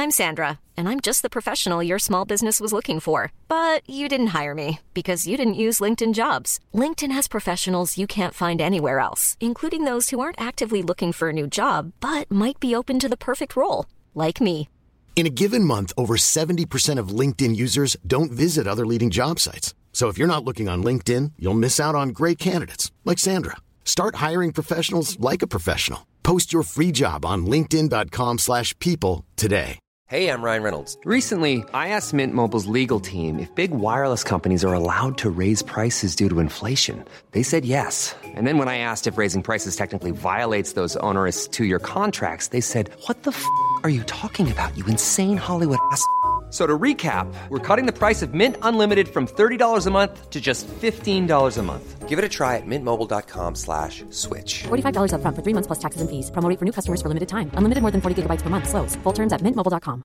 I'm Sandra, and I'm just the professional your small business was looking for. But you didn't hire me because you didn't use LinkedIn Jobs. LinkedIn has professionals you can't find anywhere else, including those who aren't actively looking for a new job, but might be open to the perfect role, like me. In a given month, over 70% of LinkedIn users don't visit other leading job sites. So if you're not looking on LinkedIn, you'll miss out on great candidates like Sandra. Start hiring professionals like a professional. Post your free job on linkedin.com/people today. Hey, I'm Ryan Reynolds. Recently, I asked Mint Mobile's legal team if big wireless companies are allowed to raise prices due to inflation. They said yes. And then when I asked if raising prices technically violates those onerous two-year contracts, they said, "What the f*** are you talking about, you insane Hollywood ass?" So to recap, we're cutting the price of Mint Unlimited from $30 a month to just $15 a month. Give it a try at mintmobile.com/switch. $45 up front for 3 months plus taxes and fees. Promo rate for new customers for limited time. Unlimited more than 40 gigabytes per month. Slows full terms at mintmobile.com.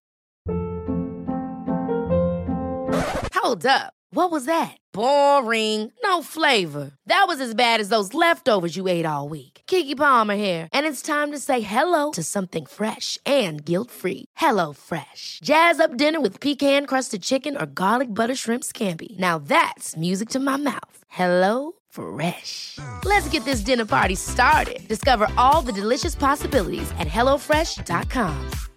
Hold up. What was that? Boring. No flavor. That was as bad as those leftovers you ate all week. Keke Palmer here, and it's time to say hello to something fresh and guilt-free. Hello Fresh. Jazz up dinner with pecan-crusted chicken or garlic butter shrimp scampi. Now that's music to my mouth. Hello Fresh. Let's get this dinner party started. Discover all the delicious possibilities at hellofresh.com.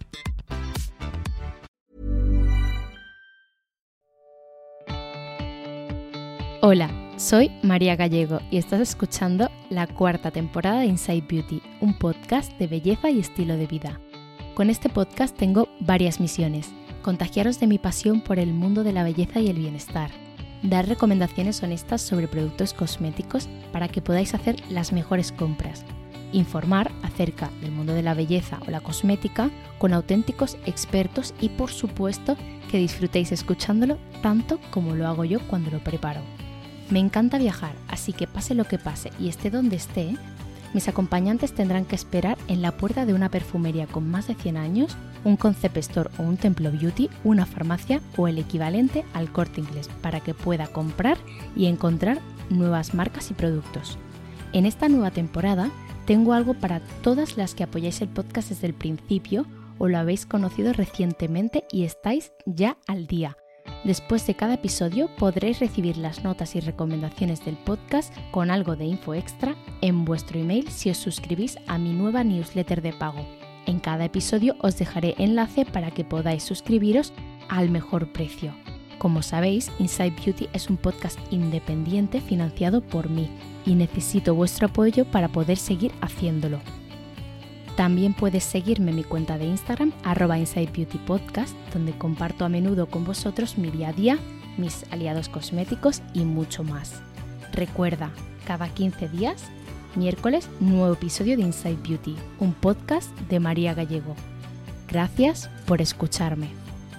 Hola, soy María Gallego y estás escuchando la 4ª temporada de Inside Beauty, un podcast de belleza y estilo de vida. Con este podcast tengo varias misiones: contagiaros de mi pasión por el mundo de la belleza y el bienestar, dar recomendaciones honestas sobre productos cosméticos para que podáis hacer las mejores compras, informar acerca del mundo de la belleza o la cosmética con auténticos expertos y, por supuesto, que disfrutéis escuchándolo tanto como lo hago yo cuando lo preparo. Me encanta viajar, así que pase lo que pase y esté donde esté, mis acompañantes tendrán que esperar en la puerta de una perfumería con más de 100 años, un concept store o un templo beauty, una farmacia o el equivalente al Corte Inglés para que pueda comprar y encontrar nuevas marcas y productos. En esta nueva temporada tengo algo para todas las que apoyáis el podcast desde el principio o lo habéis conocido recientemente y estáis ya al día. Después de cada episodio podréis recibir las notas y recomendaciones del podcast con algo de info extra en vuestro email si os suscribís a mi nueva newsletter de pago. En cada episodio os dejaré enlace para que podáis suscribiros al mejor precio. Como sabéis, Inside Beauty es un podcast independiente financiado por mí y necesito vuestro apoyo para poder seguir haciéndolo. También puedes seguirme en mi cuenta de Instagram, @InsideBeautyPodcast, donde comparto a menudo con vosotros mi día a día, mis aliados cosméticos y mucho más. Recuerda, cada 15 días, miércoles, nuevo episodio de Inside Beauty, un podcast de María Gallego. Gracias por escucharme.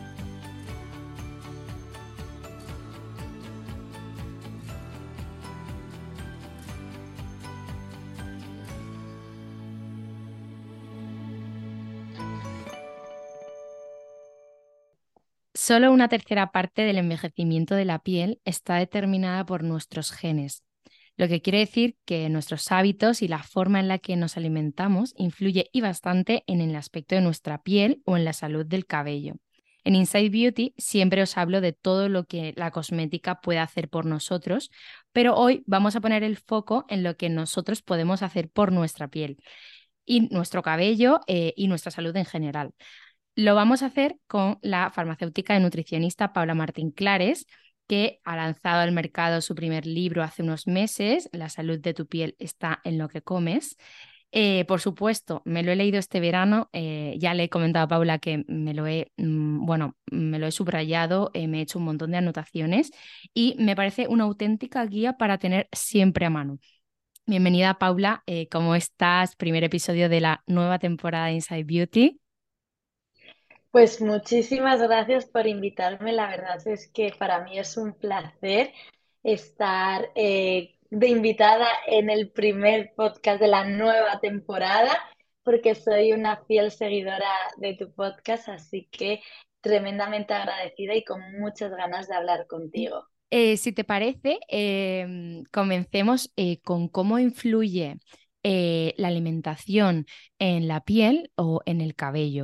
Solo una tercera parte del envejecimiento de la piel está determinada por nuestros genes, lo que quiere decir que nuestros hábitos y la forma en la que nos alimentamos influye y bastante en el aspecto de nuestra piel o en la salud del cabello. En Inside Beauty siempre os hablo de todo lo que la cosmética puede hacer por nosotros, pero hoy vamos a poner el foco en lo que nosotros podemos hacer por nuestra piel y nuestro cabello y nuestra salud en general. Lo vamos a hacer con la farmacéutica y nutricionista Paula Martín Clares, que ha lanzado al mercado su primer libro hace unos meses, La salud de tu piel está en lo que comes. Por supuesto, me lo he leído este verano, ya le he comentado a Paula que me lo he subrayado, me he hecho un montón de anotaciones y me parece una auténtica guía para tener siempre a mano. Bienvenida, Paula, ¿cómo estás? Primer episodio de la nueva temporada de Inside Beauty. Pues muchísimas gracias por invitarme. La verdad es que para mí es un placer estar de invitada en el primer podcast de la nueva temporada, porque soy una fiel seguidora de tu podcast, así que tremendamente agradecida y con muchas ganas de hablar contigo. Si te parece, comencemos con cómo influye la alimentación en la piel o en el cabello.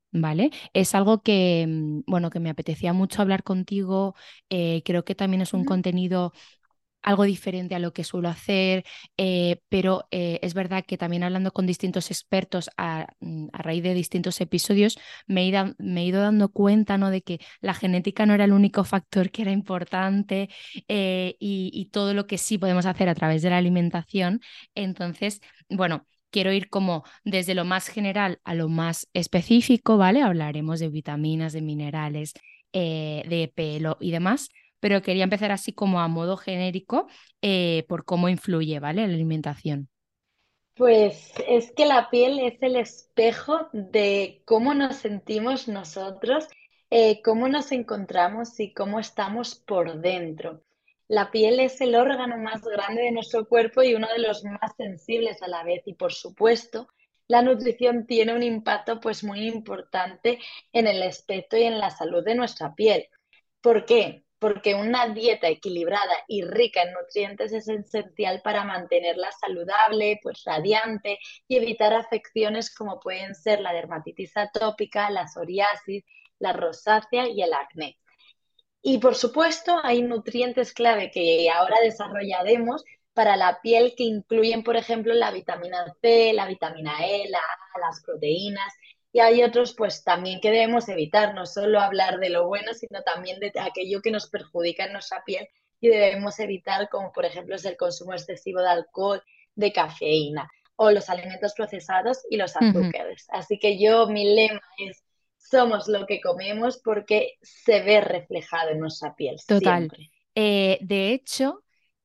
¿vale? Es algo que, bueno, que me apetecía mucho hablar contigo. Creo que también es un Ujú. contenido algo diferente a lo que suelo hacer, pero es verdad que también hablando con distintos expertos a raíz de distintos episodios me he ido dando cuenta, ¿no? De que la genética no era el único factor que era importante, y todo lo que sí podemos hacer a través de la alimentación. Entonces, bueno. Quiero ir como desde lo más general a lo más específico, ¿vale? Hablaremos de vitaminas, de minerales, de pelo y demás, pero quería empezar así como a modo genérico, por cómo influye, ¿vale? La alimentación. Pues es que la piel es el espejo de cómo nos sentimos nosotros, cómo nos encontramos y cómo estamos por dentro. La piel es el órgano más grande de nuestro cuerpo y uno de los más sensibles a la vez. Y por supuesto, la nutrición tiene un impacto pues muy importante en el aspecto y en la salud de nuestra piel. ¿Por qué? Porque una dieta equilibrada y rica en nutrientes es esencial para mantenerla saludable, pues radiante y evitar afecciones como pueden ser la dermatitis atópica, la psoriasis, la rosácea y el acné. Y por supuesto, hay nutrientes clave que ahora desarrollaremos para la piel que incluyen, por ejemplo, la vitamina C, la vitamina E, la A, las proteínas. Y hay otros, pues también que debemos evitar, no solo hablar de lo bueno, sino también de aquello que nos perjudica en nuestra piel y debemos evitar, como por ejemplo es el consumo excesivo de alcohol, de cafeína o los alimentos procesados y los Ujú. azúcares. Así que yo, mi lema es somos lo que comemos porque se ve reflejado en nuestra piel Total. siempre. De hecho,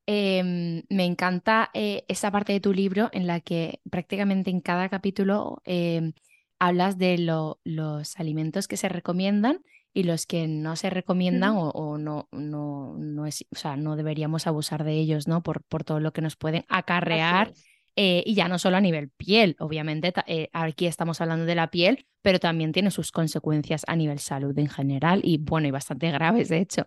me encanta esa parte de tu libro en la que prácticamente en cada capítulo hablas de los alimentos que se recomiendan y los que no se recomiendan, Ujú. o no es, o sea, no deberíamos abusar de ellos, ¿no? Por todo lo que nos pueden Así acarrear, es. y ya no solo a nivel piel, obviamente, aquí estamos hablando de la piel, pero también tiene sus consecuencias a nivel salud en general y bueno, y bastante graves, de hecho.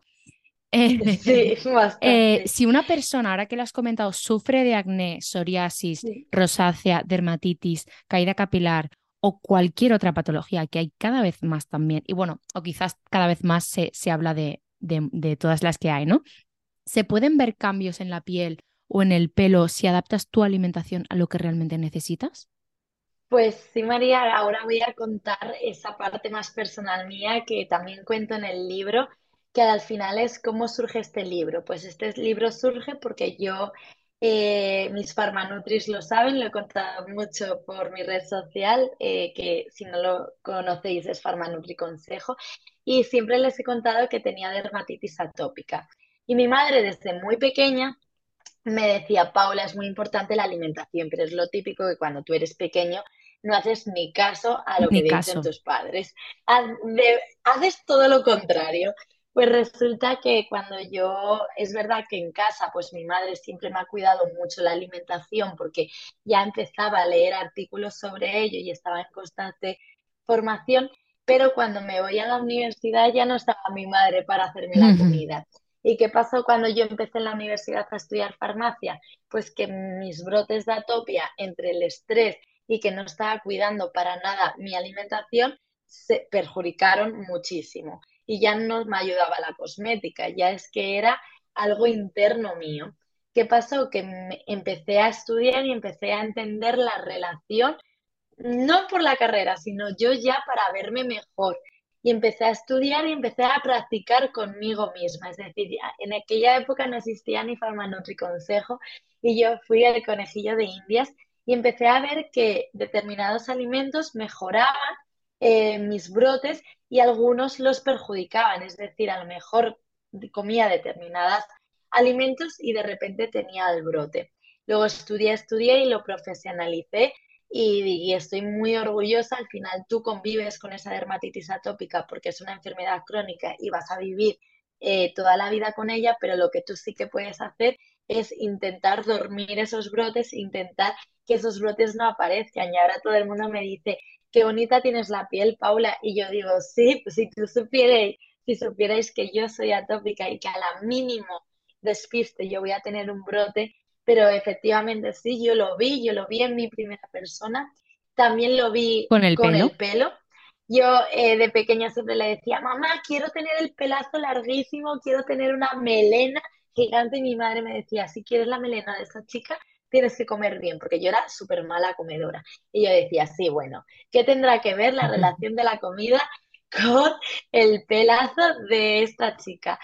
Sí, bastante. Si una persona, ahora que lo has comentado, sufre de acné, psoriasis, Sí. rosácea, dermatitis, caída capilar o cualquier otra patología, que hay cada vez más también, y bueno, o quizás cada vez más se habla de todas las que hay, ¿no? ¿Se pueden ver cambios en la piel o en el pelo si adaptas tu alimentación a lo que realmente necesitas? Pues sí, María, ahora voy a contar esa parte más personal mía que también cuento en el libro, que al final es cómo surge este libro. Pues este libro surge porque yo, mis Farmanutris lo saben, lo he contado mucho por mi red social, que si no lo conocéis es Farmanutri Consejo, y siempre les he contado que tenía dermatitis atópica. Y mi madre desde muy pequeña me decía, Paula, es muy importante la alimentación, pero es lo típico que cuando tú eres pequeño no haces ni caso a lo Ni que te dicen caso. tus padres. Haces todo lo contrario. Pues resulta que cuando yo, es verdad que en casa, pues mi madre siempre me ha cuidado mucho la alimentación porque ya empezaba a leer artículos sobre ello y estaba en constante formación, pero cuando me voy a la universidad ya no estaba mi madre para hacerme la comida. ¿Y qué pasó cuando yo empecé en la universidad a estudiar farmacia? Pues que mis brotes de atopia entre el estrés y que no estaba cuidando para nada mi alimentación se perjudicaron muchísimo. Y ya no me ayudaba la cosmética, ya es que era algo interno mío. ¿Qué pasó? Que empecé a estudiar y empecé a entender la relación no por la carrera, sino yo ya para verme mejor. Y empecé a estudiar y empecé a practicar conmigo misma. Es decir, en aquella época no existía ni Farmanutri Consejo y yo fui al conejillo de Indias y empecé a ver que determinados alimentos mejoraban mis brotes y algunos los perjudicaban. Es decir, a lo mejor comía determinados alimentos y de repente tenía el brote. Luego estudié y lo profesionalicé y estoy muy orgullosa. Al final tú convives con esa dermatitis atópica porque es una enfermedad crónica y vas a vivir toda la vida con ella, pero lo que tú sí que puedes hacer es intentar dormir esos brotes, intentar que esos brotes no aparezcan. Y ahora todo el mundo me dice, qué bonita tienes la piel, Paula. Y yo digo, sí, pues si supierais que yo soy atópica y que a la mínimo despiste yo voy a tener un brote, pero efectivamente sí, yo lo vi en mi primera persona, también lo vi ¿Con el con pelo? el pelo Yo de pequeña siempre le decía, mamá, quiero tener el pelazo larguísimo, quiero tener una melena gigante. Y mi madre me decía, si quieres la melena de esa chica, tienes que comer bien, porque yo era súper mala comedora. Y yo decía, sí, bueno, ¿qué tendrá que ver la relación de la comida con el pelazo de esta chica?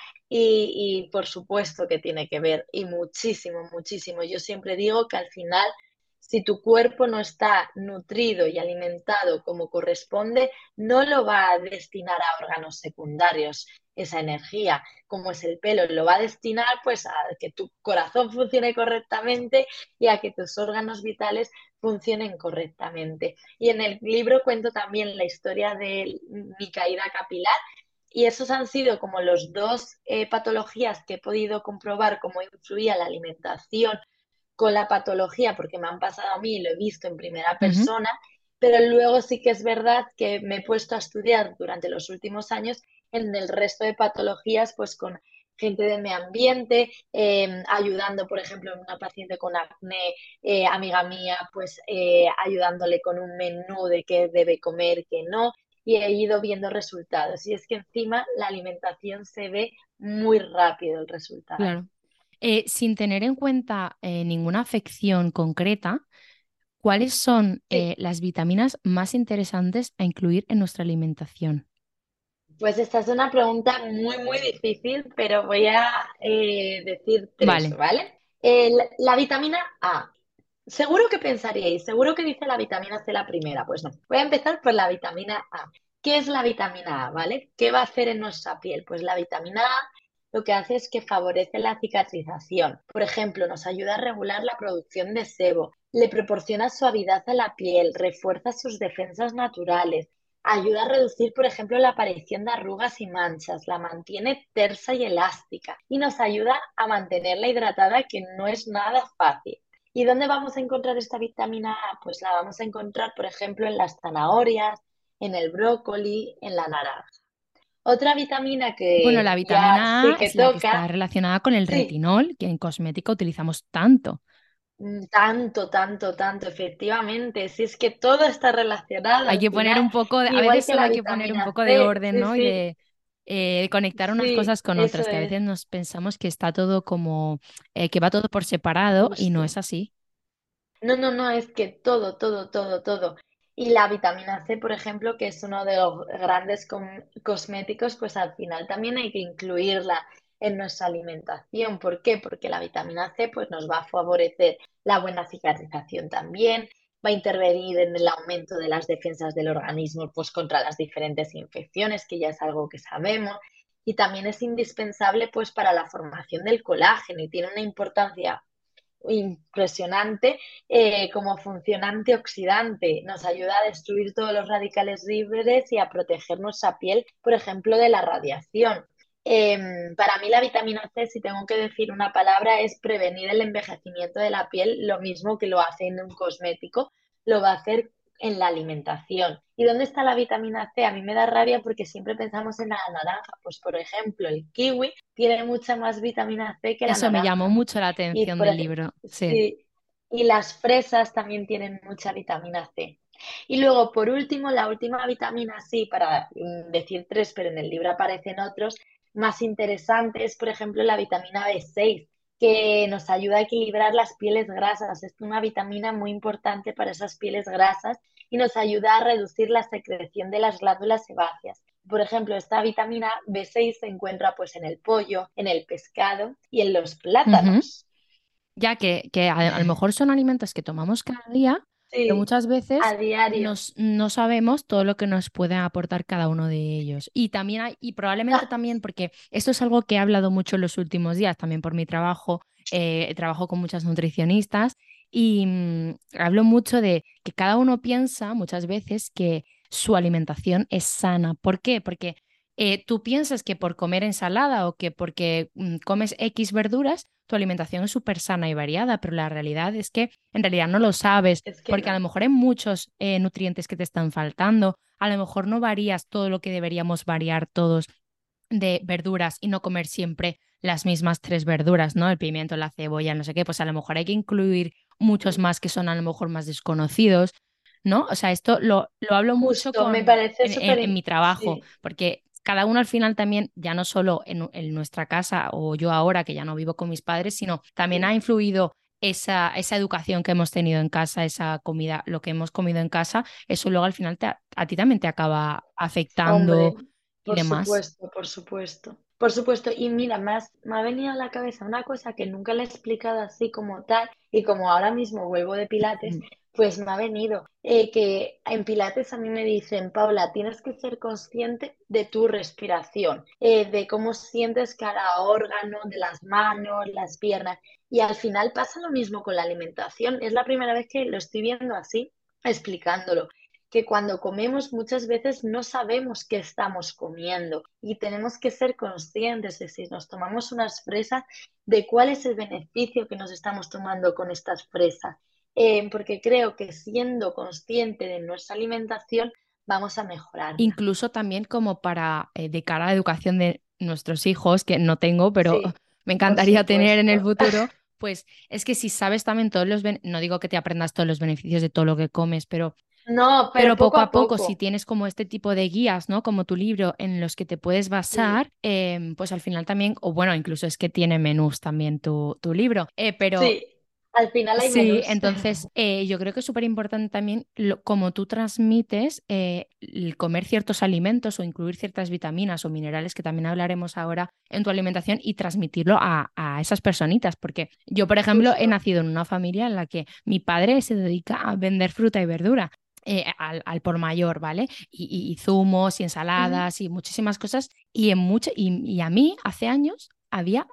Y por supuesto que tiene que ver, y muchísimo, muchísimo. Yo siempre digo que al final, si tu cuerpo no está nutrido y alimentado como corresponde, no lo va a destinar a órganos secundarios esa energía, como es el pelo, lo va a destinar pues a que tu corazón funcione correctamente y a que tus órganos vitales funcionen correctamente. Y en el libro cuento también la historia de mi caída capilar y esos han sido como los dos patologías que he podido comprobar cómo influía la alimentación con la patología, porque me han pasado a mí y lo he visto en primera Ujú. persona, pero luego sí que es verdad que me he puesto a estudiar durante los últimos años en el resto de patologías, pues con gente de mi ambiente, ayudando, por ejemplo, a una paciente con acné, amiga mía, pues ayudándole con un menú de qué debe comer, qué no, y he ido viendo resultados. Y es que encima la alimentación se ve muy rápido el resultado. Claro. Sin tener en cuenta ninguna afección concreta, ¿cuáles son Sí. las vitaminas más interesantes a incluir en nuestra alimentación? Pues esta es una pregunta muy, muy difícil, pero voy a decir tres, Vale, ¿vale? La vitamina A. Seguro que pensaríais, seguro que dice la vitamina C la primera. Pues no. Voy a empezar por la vitamina A. ¿Qué es la vitamina A, vale? ¿Qué va a hacer en nuestra piel? Pues la vitamina A lo que hace es que favorece la cicatrización. Por ejemplo, nos ayuda a regular la producción de sebo, le proporciona suavidad a la piel, refuerza sus defensas naturales, ayuda a reducir, por ejemplo, la aparición de arrugas y manchas, la mantiene tersa y elástica y nos ayuda a mantenerla hidratada, que no es nada fácil. ¿Y dónde vamos a encontrar esta vitamina A? Pues la vamos a encontrar, por ejemplo, en las zanahorias, en el brócoli, en la naranja. Otra vitamina bueno, que la ya vitamina sí A que es la que toca, está relacionada con el sí, retinol, que en cosmética utilizamos tanto. tanto, tanto, tanto, efectivamente, si es que todo está relacionado Hay al que poner final, un poco a igual veces que solo la hay que poner un vitamina poco de C, orden, sí, ¿no? Y sí, de conectar unas sí, cosas con eso otras, que a es, veces nos pensamos que está todo como, que va todo por separado y no es justo. así. No, no, no, es que todo, todo, todo, todo. Y la vitamina C, por ejemplo, que es uno de los grandes cosméticos, pues al final también hay que incluirla en nuestra alimentación. ¿Por qué? Porque la vitamina C pues nos va a favorecer la buena cicatrización también, va a intervenir en el aumento de las defensas del organismo pues contra las diferentes infecciones, que ya es algo que sabemos. Y también es indispensable pues para la formación del colágeno y tiene una importancia impresionante como función antioxidante. Nos ayuda a destruir todos los radicales libres y a proteger nuestra piel, por ejemplo, de la radiación. Para mí la vitamina C, si tengo que decir una palabra, es prevenir el envejecimiento de la piel, lo mismo que lo hace en un cosmético, lo va a hacer en la alimentación. ¿Y dónde está la vitamina C? A mí me da rabia porque siempre pensamos en la naranja. Pues, por ejemplo, el kiwi tiene mucha más vitamina C que la Eso me llamó naranja. mucho la Y, atención por del ejemplo, libro, sí. sí, y las fresas también tienen mucha vitamina C. Y luego, por último, la última vitamina, sí, para decir tres, pero en el libro aparecen otros, más interesantes, por ejemplo, la vitamina B6, que nos ayuda a equilibrar las pieles grasas. Es una vitamina muy importante para esas pieles grasas y nos ayuda a reducir la secreción de las glándulas sebáceas. Por ejemplo, esta vitamina B6 se encuentra pues en el pollo, en el pescado y en los Ujú. plátanos. Ya que a lo mejor son alimentos que tomamos cada día, pero Sí, muchas a veces diario. no sabemos todo lo que nos puede aportar cada uno de ellos. Y también hay, y probablemente Ah, también, porque esto es algo que he hablado mucho en los últimos días, también por mi trabajo, trabajo con muchas nutricionistas y hablo mucho de que cada uno piensa muchas veces que su alimentación es sana. ¿Por qué? Porque tú piensas que por comer ensalada o que porque comes X verduras, tu alimentación es súper sana y variada, pero la realidad es que en realidad no lo sabes, es que porque a lo no. mejor hay muchos nutrientes que te están faltando, a lo mejor no varías todo lo que deberíamos variar todos de verduras y no comer siempre las mismas tres verduras, ¿no? El pimiento, la cebolla, no sé qué, pues a lo mejor hay que incluir muchos más que son a lo mejor más desconocidos. ¿no? O sea, esto lo hablo mucho Justo, me parece súper... en mi trabajo, Sí, porque cada uno al final también, ya no solo en nuestra casa o yo ahora que ya no vivo con mis padres, sino también ha sí. influido esa educación que hemos tenido en casa, esa comida, lo que hemos comido en casa, eso luego al final a ti también te acaba afectando Hombre, y por demás. supuesto, por supuesto. Por supuesto, y mira, me ha venido a la cabeza una cosa que nunca le he explicado así como tal, y como ahora mismo vuelvo de Pilates, Mm. pues me ha venido que en Pilates a mí me dicen, Paula, tienes que ser consciente de tu respiración, de cómo sientes cada órgano, de las manos, las piernas, y al final pasa lo mismo con la alimentación. Es la primera vez que lo estoy viendo así, explicándolo que cuando comemos muchas veces no sabemos qué estamos comiendo y tenemos que ser conscientes de si nos tomamos unas fresas, de cuál es el beneficio que nos estamos tomando con estas fresas. Porque creo que siendo consciente de nuestra alimentación vamos a mejorarla. Incluso también como para, de cara a la educación de nuestros hijos, que no tengo, pero Sí, me por encantaría tener en el supuesto. futuro, pues es que si sabes también todos no digo que te aprendas todos los beneficios de todo lo que comes, No, pero pero poco poco a a poco, si poco. tienes como este tipo de guías, ¿no? Como tu libro, en los que te puedes Sí, basar, pues al final también, o bueno, incluso es que tiene menús también tu libro, pero sí, al final hay sí, menús. entonces yo creo que es súper importante también cómo tú transmites el comer ciertos alimentos o incluir ciertas vitaminas o minerales, que también hablaremos ahora en tu alimentación, y transmitirlo a esas personitas. Porque yo, por ejemplo, he Justo. nacido en una familia en la que mi padre se dedica a vender fruta y verdura. Al por mayor, ¿vale? Y zumos y Ujú. ensaladas y muchísimas cosas. Y a mí, hace años, había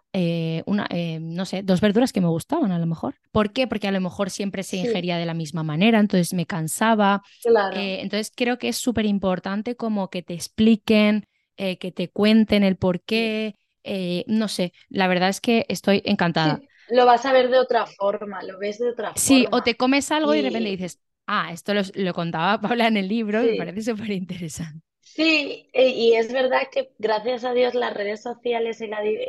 no sé, dos verduras que me gustaban a lo mejor. ¿Por qué? Porque a lo mejor siempre se Sí, ingería de la misma manera, entonces me cansaba. claro. Entonces creo que es súper importante como que te expliquen, que te cuenten el por Sí. qué. No sé, la verdad es que estoy encantada. Sí, lo vas a ver de otra forma, lo ves de otra Sí, o forma. te comes algo y de repente Y dices, esto lo contaba Paula en el libro y me sí, parece súper interesante. sí, y es verdad que gracias a Dios las redes sociales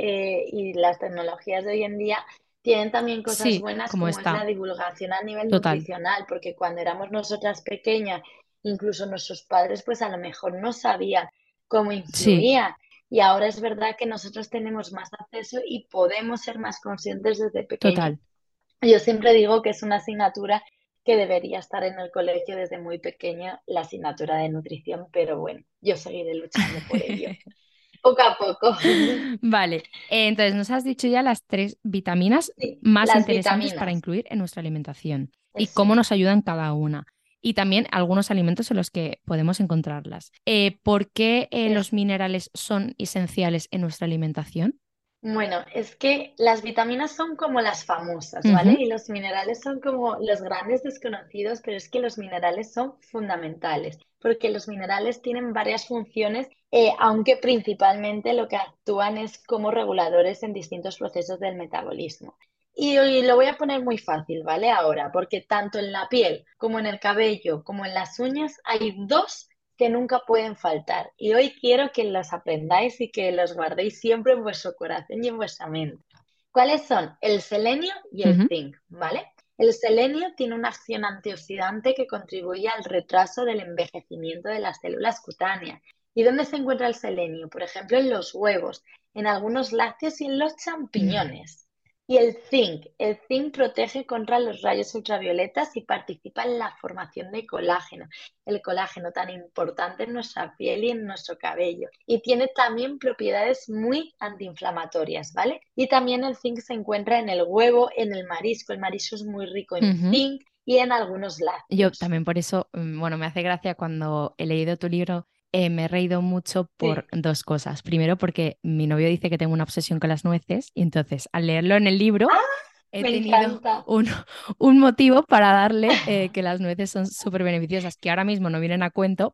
y las tecnologías de hoy en día tienen también cosas Sí, buenas como como es está, la divulgación a nivel total. nutricional, porque cuando éramos nosotras pequeñas, incluso nuestros padres pues a lo mejor no sabían cómo Sí, influía. Y ahora es verdad que nosotros tenemos más acceso y podemos ser más conscientes desde pequeños. total. Yo siempre digo que es una asignatura que debería estar en el colegio desde muy pequeño, la asignatura de nutrición, pero bueno, yo seguiré luchando por ello, poco a poco. Vale, entonces nos has dicho ya las tres vitaminas Sí, más las interesantes para vitaminas, incluir en nuestra alimentación y eso cómo nos es. ayudan cada una. Y también algunos alimentos en los que podemos encontrarlas. ¿Por qué los Eso. minerales son esenciales en nuestra alimentación? Bueno, es que las vitaminas son como las famosas, ¿vale? Ujú, Y los minerales son como los grandes desconocidos, pero es que los minerales son fundamentales, porque los minerales tienen varias funciones, aunque principalmente lo que actúan es como reguladores en distintos procesos del metabolismo. Y hoy lo voy a poner muy fácil, ¿vale? Ahora, porque tanto en la piel como en el cabello, como en las uñas, hay dos que nunca pueden faltar. Y hoy quiero que los aprendáis y que los guardéis siempre en vuestro corazón y en vuestra mente. ¿Cuáles son? El selenio y el ujú. zinc, ¿vale? El selenio tiene una acción antioxidante que contribuye al retraso del envejecimiento de las células cutáneas. ¿Y dónde se encuentra el selenio? Por ejemplo, en los huevos, en algunos lácteos y en los Mm. champiñones. Y el zinc protege contra los rayos ultravioletas y participa en la formación de colágeno, el colágeno tan importante en nuestra piel y en nuestro cabello. Y tiene también propiedades muy antiinflamatorias, ¿vale? Y también el zinc se encuentra en el huevo, en el marisco. El marisco es muy rico en Ujú. zinc y en algunos Yo lácteos. también por eso, bueno, me hace gracia cuando he leído tu libro, me he reído mucho por Sí. dos cosas. Primero, porque mi novio dice que tengo una obsesión con las nueces y entonces al leerlo en el libro ¡Ah! he Me tenido encanta. un motivo para darle que las nueces son súper beneficiosas, que ahora mismo no vienen a cuento,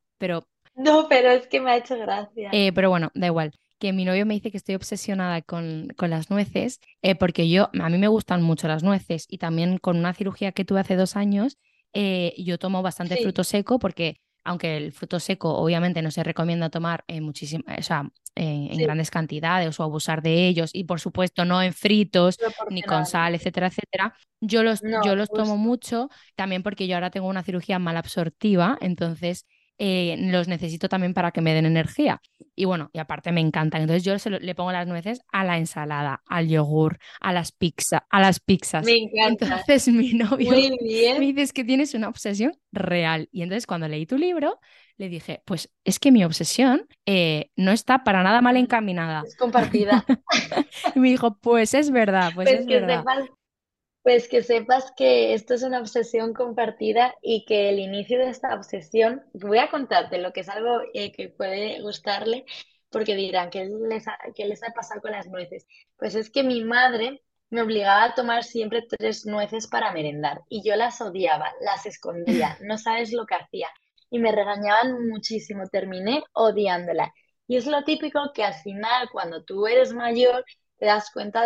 No, pero es que me ha hecho gracia. pero bueno, da igual. Que mi novio me dice que estoy obsesionada con las nueces, porque a mí me gustan mucho las nueces y también con una cirugía que tuve hace 2 años, yo tomo bastante Sí, fruto seco porque aunque el fruto seco obviamente no se recomienda tomar o sea, en Sí, grandes cantidades o abusar de ellos y por supuesto no en fritos ni con sal, proporcionalmente. etcétera, etcétera. Yo los tomo Justo. mucho también porque yo ahora tengo una cirugía malabsortiva, entonces los necesito también para que me den energía. Y bueno, y aparte me encantan. Entonces yo le pongo las nueces a la ensalada, al yogur, a las Me pizzas. encanta. Entonces mi novio Muy me bien. dice, es que tienes una obsesión real. Y entonces cuando leí tu libro, le dije, pues es que mi obsesión no está para nada mal encaminada. Es compartida. Y me dijo, pues es verdad, pues Pues es que verdad. sepas, pues que sepas que esto es una obsesión compartida y que el inicio de esta obsesión, voy a contarte lo que es algo que puede gustarle, porque dirán, ¿qué les ha pasado con las nueces? Pues es que mi madre me obligaba a tomar siempre 3 nueces para merendar y yo las odiaba, las escondía, no sabes lo que hacía y me regañaban muchísimo, terminé odiándola. Y es lo típico que al final, cuando tú eres mayor, te das cuenta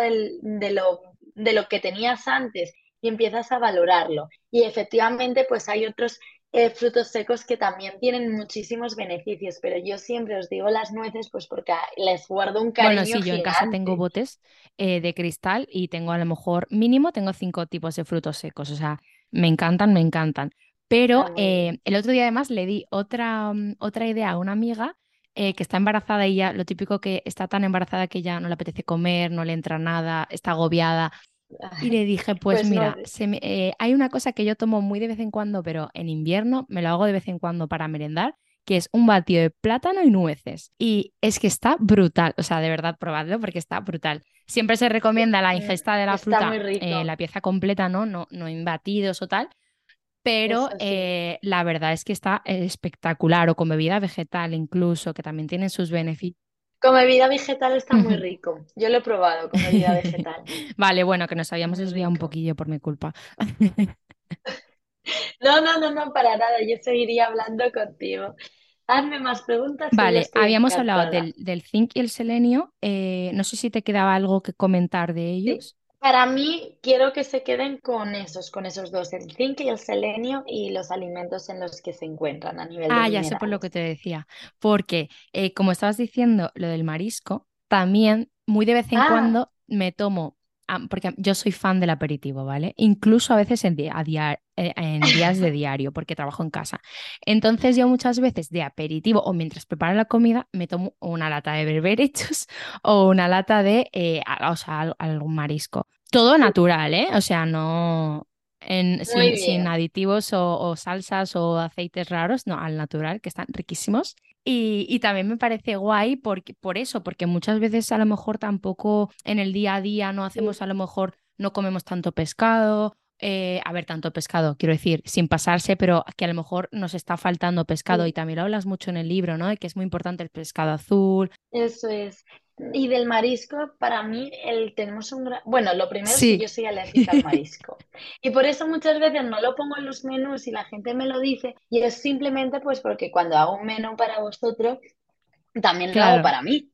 de lo que tenías antes y empiezas a valorarlo. Y efectivamente, pues hay otros frutos secos que también tienen muchísimos beneficios, pero yo siempre os digo las nueces, pues porque les guardo un Bueno, cariño sí, yo en casa tengo gigante. botes de cristal y tengo a lo mejor mínimo, tengo 5 tipos de frutos secos, o sea, me encantan, me encantan. Pero Está muy bien. el otro día además le di otra idea a una amiga que está embarazada y ya lo típico que está tan embarazada que ya no le apetece comer, no le entra nada, está agobiada. Y le dije, pues Pues no, mira, hay una cosa que yo tomo muy de vez en cuando, pero en invierno me lo hago de vez en cuando para merendar, que es un batido de plátano y nueces. Y es que está brutal, o sea, de verdad, probadlo porque está brutal. Siempre se recomienda la ingesta de la está muy fruta, rico. la pieza completa, ¿no? No en batidos o tal, pero Eso sí. la verdad es que está espectacular, o con bebida vegetal incluso, que también tienen sus beneficios. Con bebida vegetal está muy rico. Yo lo he probado con bebida vegetal. Vale, bueno, que nos habíamos Muy desviado un rico. poquillo por mi culpa. No, no, no, no, para nada. Yo seguiría hablando contigo. Hazme más preguntas que yo Vale, estoy habíamos hablado encantada. del zinc y el selenio. No sé si te quedaba algo que comentar de Sí. ellos. Para mí, quiero que se queden con esos dos, el zinc y el selenio y los alimentos en los que se encuentran a nivel de Ah, ya sé por lo que minerales. te decía. Porque, como estabas diciendo, lo del marisco, también muy de vez en Ah, cuando me tomo, porque yo soy fan del aperitivo, ¿vale? Incluso a veces en días de diario, porque trabajo en casa. Entonces yo muchas veces de aperitivo o mientras preparo la comida, me tomo una lata de berberechos o una lata de, o sea, algún marisco. Todo sí, natural, ¿eh? O sea, no muy sin bien. aditivos o salsas o aceites raros, no, al natural, que están riquísimos. Y también me parece guay por eso, porque muchas veces a lo mejor tampoco en el día a día no Sí, hacemos, a lo mejor no comemos tanto pescado. A ver, tanto pescado, quiero decir, sin pasarse, pero que a lo mejor nos está faltando pescado y sí. también lo hablas mucho en el libro, ¿no? De que es muy importante el pescado azul. Eso es. Y del marisco, para mí, tenemos un gran... Bueno, lo primero es que Sí. yo soy alérgica al marisco. Y por eso muchas veces no lo pongo en los menús y la gente me lo dice. Y es simplemente pues porque cuando hago un menú para vosotros, también lo hago Claro, para mí.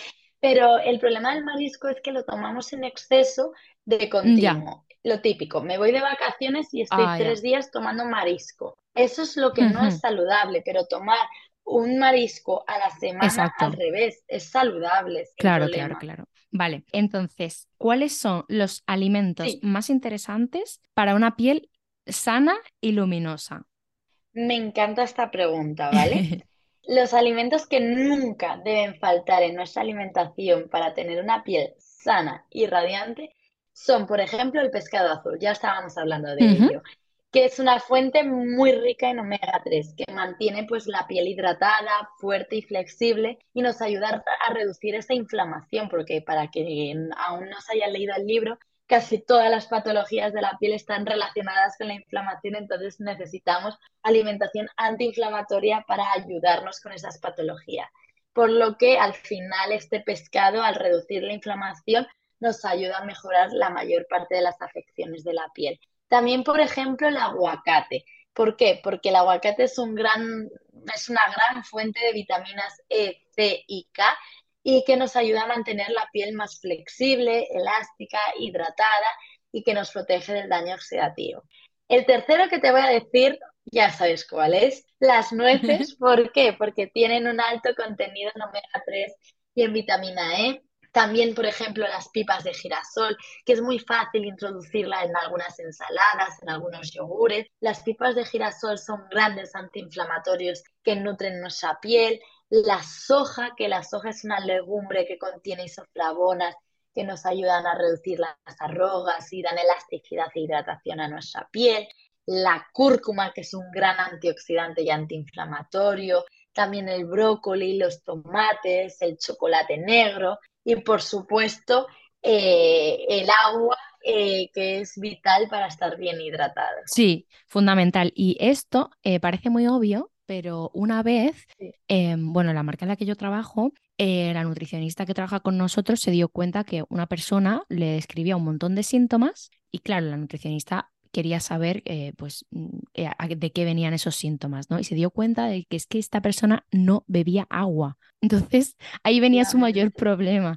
Pero el problema del marisco es que lo tomamos en exceso de ya. continuo. Lo típico, me voy de vacaciones y estoy Ah, ya. 3 días tomando marisco. Eso es lo que no es saludable, pero tomar un marisco a la semana al Exacto. revés es saludable, sin Claro, claro, problema. claro. Vale, entonces, ¿cuáles son los alimentos Sí, más interesantes para una piel sana y luminosa? me encanta esta pregunta, ¿vale? Los alimentos que nunca deben faltar en nuestra alimentación para tener una piel sana y radiante son, por ejemplo, el pescado azul, ya estábamos hablando de Ujú. ello, que es una fuente muy rica en omega 3 que mantiene pues la piel hidratada, fuerte y flexible y nos ayuda a reducir esa inflamación, porque para quien aún no se haya leído el libro, casi todas las patologías de la piel están relacionadas con la inflamación, entonces necesitamos alimentación antiinflamatoria para ayudarnos con esas patologías. Por lo que al final este pescado, al reducir la inflamación, nos ayuda a mejorar la mayor parte de las afecciones de la piel. También, por ejemplo, el aguacate. ¿Por qué? Porque el aguacate es una gran fuente de vitaminas E, C y K y que nos ayuda a mantener la piel más flexible, elástica, hidratada y que nos protege del daño oxidativo. El tercero que te voy a decir Ya sabes cuál es. Las nueces, ¿por qué? Porque tienen un alto contenido en omega 3 y en vitamina E. También, por ejemplo, las pipas de girasol, que es muy fácil introducirla en algunas ensaladas, en algunos yogures. Las pipas de girasol son grandes antiinflamatorios que nutren nuestra piel. La soja, que la soja es una legumbre que contiene isoflavonas que nos ayudan a reducir las arrugas y dan elasticidad e hidratación a nuestra piel. La cúrcuma, que es un gran antioxidante y antiinflamatorio, también el brócoli, los tomates, el chocolate negro y por supuesto el agua, que es vital para estar bien hidratados. Sí, fundamental. Y esto parece muy obvio, pero una vez, Sí. bueno, la marca en la que yo trabajo, la nutricionista que trabaja con nosotros se dio cuenta que una persona le describía un montón de síntomas y claro, la nutricionista quería saber pues de qué venían esos síntomas, ¿no? Y se dio cuenta de que es que esta persona no bebía agua. Entonces, ahí venía su mayor Efectivamente. problema.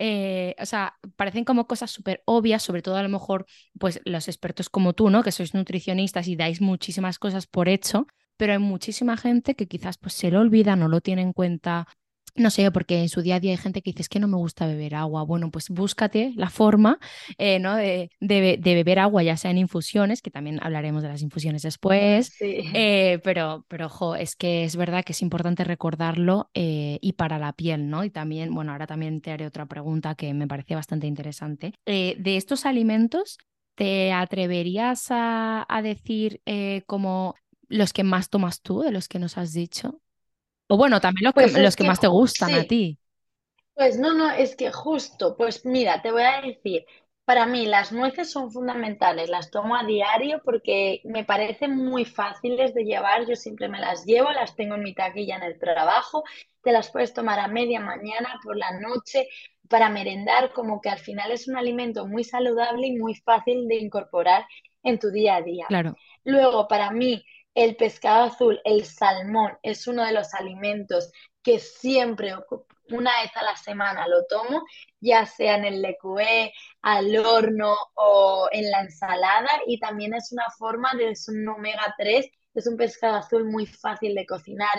O sea, parecen como cosas súper obvias, sobre todo a lo mejor pues los expertos como tú, ¿no? Que sois nutricionistas y dais muchísimas cosas por hecho, pero hay muchísima gente que quizás pues se lo olvida, no lo tiene en cuenta. No sé, porque en su día a día hay gente que dice, es que no me gusta beber agua. Bueno, pues búscate la forma, ¿no? de beber agua, ya sea en infusiones, que también hablaremos de las infusiones después. Sí. Pero, jo, es que es verdad que es importante recordarlo y para la piel, ¿no? Y también, bueno, ahora también te haré otra pregunta que me parece bastante interesante. De estos alimentos, ¿te atreverías a decir como los que más tomas tú, de los que nos has dicho? O bueno, también Pues los es que que más te gustan a sí. ti. Pues no, es que justo, pues mira, te voy a decir, para mí las nueces son fundamentales, las tomo a diario porque me parecen muy fáciles de llevar, yo siempre me las llevo, las tengo en mi taquilla en el trabajo, te las puedes tomar a media mañana, por la noche, para merendar, como que al final es un alimento muy saludable y muy fácil de incorporar en tu día a día. Claro. Luego, para mí, el pescado azul, el salmón, es uno de los alimentos que siempre, una vez a la semana, lo tomo, ya sea en el lecué, al horno o en la ensalada, y también es una forma de, es un omega 3, es un pescado azul muy fácil de cocinar,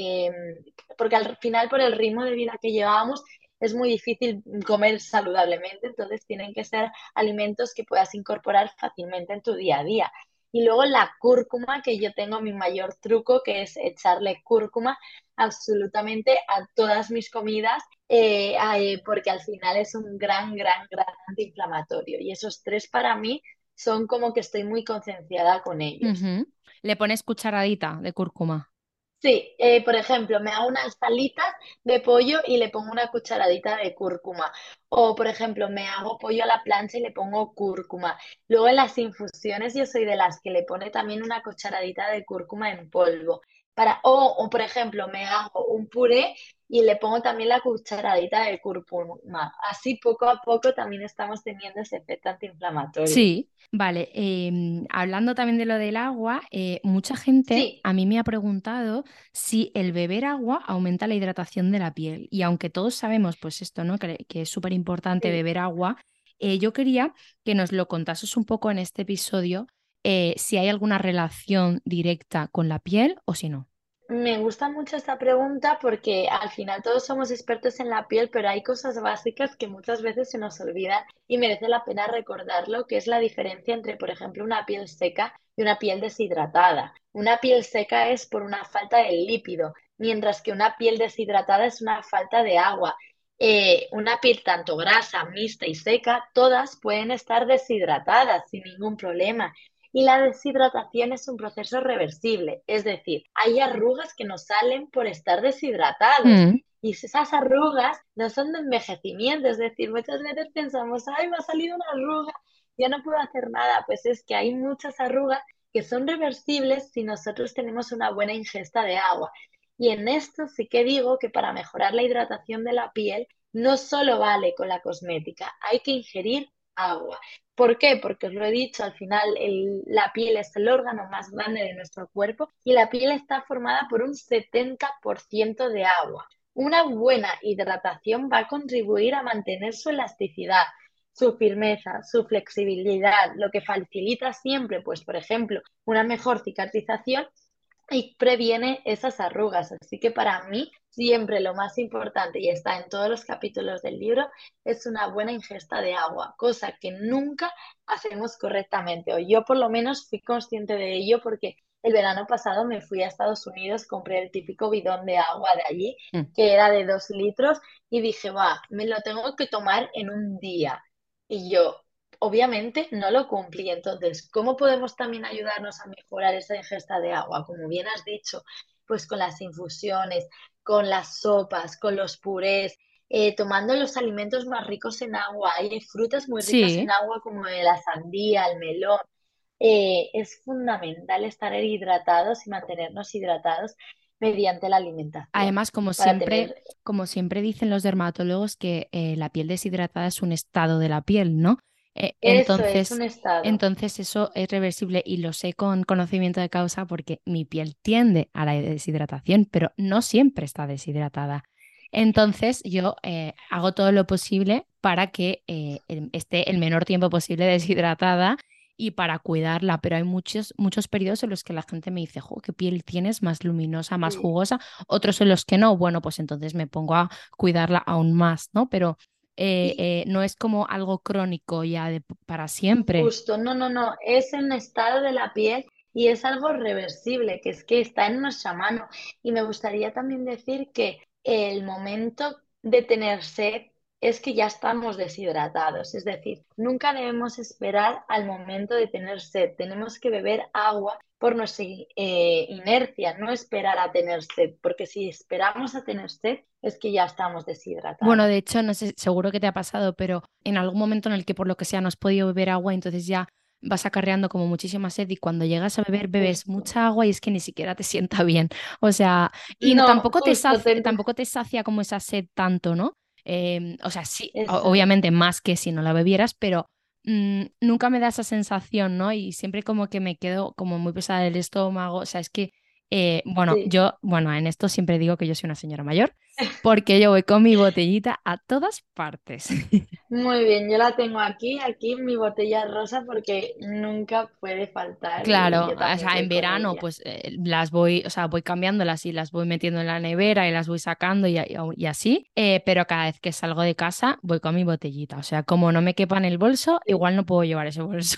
porque al final por el ritmo de vida que llevamos es muy difícil comer saludablemente, entonces tienen que ser alimentos que puedas incorporar fácilmente en tu día a día. Y luego la cúrcuma, que yo tengo mi mayor truco, que es echarle cúrcuma absolutamente a todas mis comidas, porque al final es un gran antiinflamatorio. Y esos tres para mí son como que estoy muy concienciada con ellos. Ujú. Le pones cucharadita de cúrcuma. Sí, por ejemplo, me hago unas palitas de pollo y le pongo una cucharadita de cúrcuma. O, por ejemplo, me hago pollo a la plancha y le pongo cúrcuma. Luego en las infusiones yo soy de las que le pone también una cucharadita de cúrcuma en polvo. Por ejemplo, me hago un puré y le pongo también la cucharadita de cúrcuma. Así poco a poco también estamos teniendo ese efecto antiinflamatorio. Sí, vale. Hablando también de lo del agua, mucha gente Sí, a mí me ha preguntado si el beber agua aumenta la hidratación de la piel. Y aunque todos sabemos, pues esto, ¿no? Que es súper importante sí. beber agua, yo quería que nos lo contases un poco en este episodio, si hay alguna relación directa con la piel o si no. Me gusta mucho esta pregunta porque al final todos somos expertos en la piel, pero hay cosas básicas que muchas veces se nos olvidan y merece la pena recordarlo, que es la diferencia entre, por ejemplo, una piel seca y una piel deshidratada. Una piel seca es por una falta de lípido, mientras que una piel deshidratada es una falta de agua. Una piel tanto grasa, mixta y seca, todas pueden estar deshidratadas sin ningún problema. Y la deshidratación es un proceso reversible, es decir, hay arrugas que nos salen por estar deshidratados. Mm. Y esas arrugas no son de envejecimiento, es decir, muchas veces pensamos, ay, me ha salido una arruga, ya no puedo hacer nada. Pues es que hay muchas arrugas que son reversibles si nosotros tenemos una buena ingesta de agua. Y en esto sí que digo que para mejorar la hidratación de la piel no solo vale con la cosmética, hay que ingerir agua. ¿Por qué? Porque os lo he dicho, al final la piel es el órgano más grande de nuestro cuerpo y la piel está formada por un 70% de agua. Una buena hidratación va a contribuir a mantener su elasticidad. su firmeza, su flexibilidad, lo que facilita siempre, pues por ejemplo, una mejor cicatrización y previene esas arrugas. Así que para mí siempre lo más importante, y está en todos los capítulos del libro, es una buena ingesta de agua, cosa que nunca hacemos correctamente, o yo por lo menos fui consciente de ello porque el verano pasado me fui a Estados Unidos, compré el típico bidón de agua de allí, Mm. que era de 2 litros, y dije, va, me lo tengo que tomar en un día. Y yo, obviamente, no lo cumplí. Entonces, ¿cómo podemos también ayudarnos a mejorar esa ingesta de agua? Como bien has dicho, pues con las infusiones, con las sopas, con los purés, tomando los alimentos más ricos en agua. Hay frutas muy ricas en Sí. agua como la sandía, el melón. Es fundamental estar hidratados y mantenernos hidratados mediante la alimentación Además, para tener, como siempre dicen los dermatólogos, que la piel deshidratada es un estado de la piel, ¿no? eso es un estado. Entonces eso es reversible y lo sé con conocimiento de causa porque mi piel tiende a la deshidratación, pero no siempre está deshidratada. Entonces yo hago todo lo posible para que esté el menor tiempo posible deshidratada y para cuidarla, pero hay muchos periodos en los que la gente me dice, jo, qué piel tienes más luminosa, más Sí. jugosa, otros en los que no, bueno, pues entonces me pongo a cuidarla aún más, ¿no? Pero no es como algo crónico ya para siempre. Justo, no, no, no, es un estado de la piel y es algo reversible, que es que está en nuestra mano. Y me gustaría también decir que el momento de tener sed es que ya estamos deshidratados, es decir, nunca debemos esperar al momento de tener sed, tenemos que beber agua por nuestra inercia, no esperar a tener sed, porque si esperamos a tener sed es que ya estamos Bueno, deshidratados. de hecho, no sé, seguro que te ha pasado, pero en algún momento en el que por lo que sea no has podido beber agua, entonces ya vas acarreando como muchísima sed y cuando llegas a beber bebes Justo. mucha agua y es que ni siquiera te sienta bien. O sea, y No, justo, tampoco te sacia como esa sed tanto, ¿no? O sea, sí, eso es. obviamente más que si no la bebieras, pero nunca me da esa sensación, ¿no? Y siempre como que me quedo como muy pesada el estómago. O sea, es que, Sí, bueno, en esto siempre digo que yo soy una señora mayor porque yo voy con mi botellita a todas partes. muy bien, yo la tengo aquí mi botella rosa porque nunca puede faltar y Claro, yo o también sea, voy en con verano ella. pues las voy, o sea, voy cambiándolas y las voy metiendo en la nevera y las voy sacando y así, pero cada vez que salgo de casa voy con mi botellita, o sea, como no me quepa en el bolso, Sí, igual no puedo llevar ese bolso.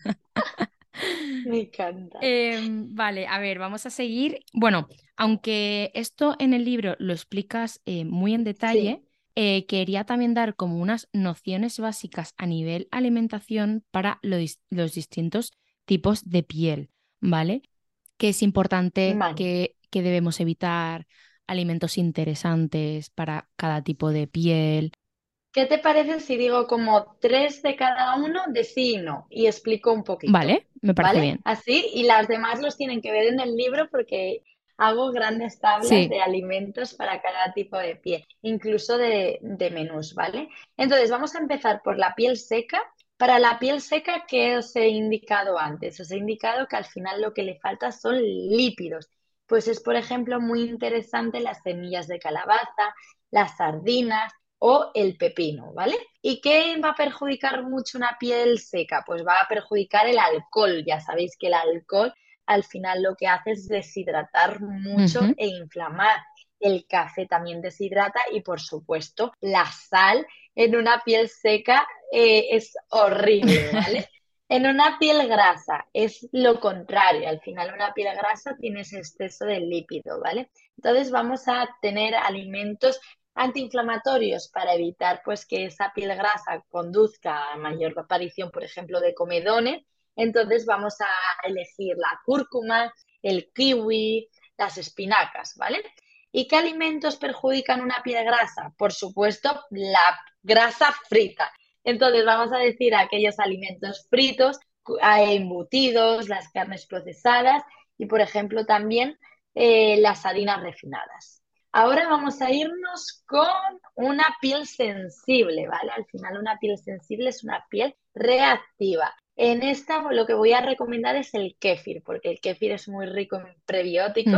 me encanta. Vale, a ver, vamos a seguir. Bueno, aunque esto en el libro lo explicas muy en detalle, Sí, quería también dar como unas nociones básicas a nivel alimentación para los distintos tipos de piel, ¿vale? Que es importante, vale. que debemos evitar alimentos interesantes para cada tipo de piel. ¿Qué te parece si digo como tres de cada uno de sí y no? Y explico un poquito, ¿Vale? Me parece ¿vale? bien. Así, y las demás los tienen que ver en el libro porque hago grandes tablas Sí, de alimentos para cada tipo de piel, incluso de menús, ¿vale? Entonces, vamos a empezar por la piel seca. Para la piel seca, ¿qué os he indicado antes? Os he indicado que al final lo que le falta son lípidos. Pues es, por ejemplo, muy interesante las semillas de calabaza, las sardinas o el pepino, ¿vale? ¿Y qué va a perjudicar mucho una piel seca? Pues va a perjudicar el alcohol. Ya sabéis que el alcohol al final lo que hace es deshidratar mucho ujú. e inflamar. El café también deshidrata y, por supuesto, la sal en una piel seca es horrible, ¿vale? En una piel grasa es lo contrario. Al final una piel grasa tiene ese exceso de lípido, ¿vale? Entonces vamos a tener alimentos antiinflamatorios para evitar pues que esa piel grasa conduzca a mayor aparición, por ejemplo, de comedones. Entonces vamos a elegir la cúrcuma, el kiwi, las espinacas, ¿vale? ¿Y qué alimentos perjudican una piel grasa? Por supuesto, la grasa frita. Entonces vamos a decir aquellos alimentos fritos, embutidos, las carnes procesadas y, por ejemplo, también las harinas refinadas. Ahora vamos a irnos con una piel sensible, ¿vale? Al final una piel sensible es una piel reactiva. En esta lo que voy a recomendar es el kéfir, porque el kéfir es muy rico en prebióticos. Ujú.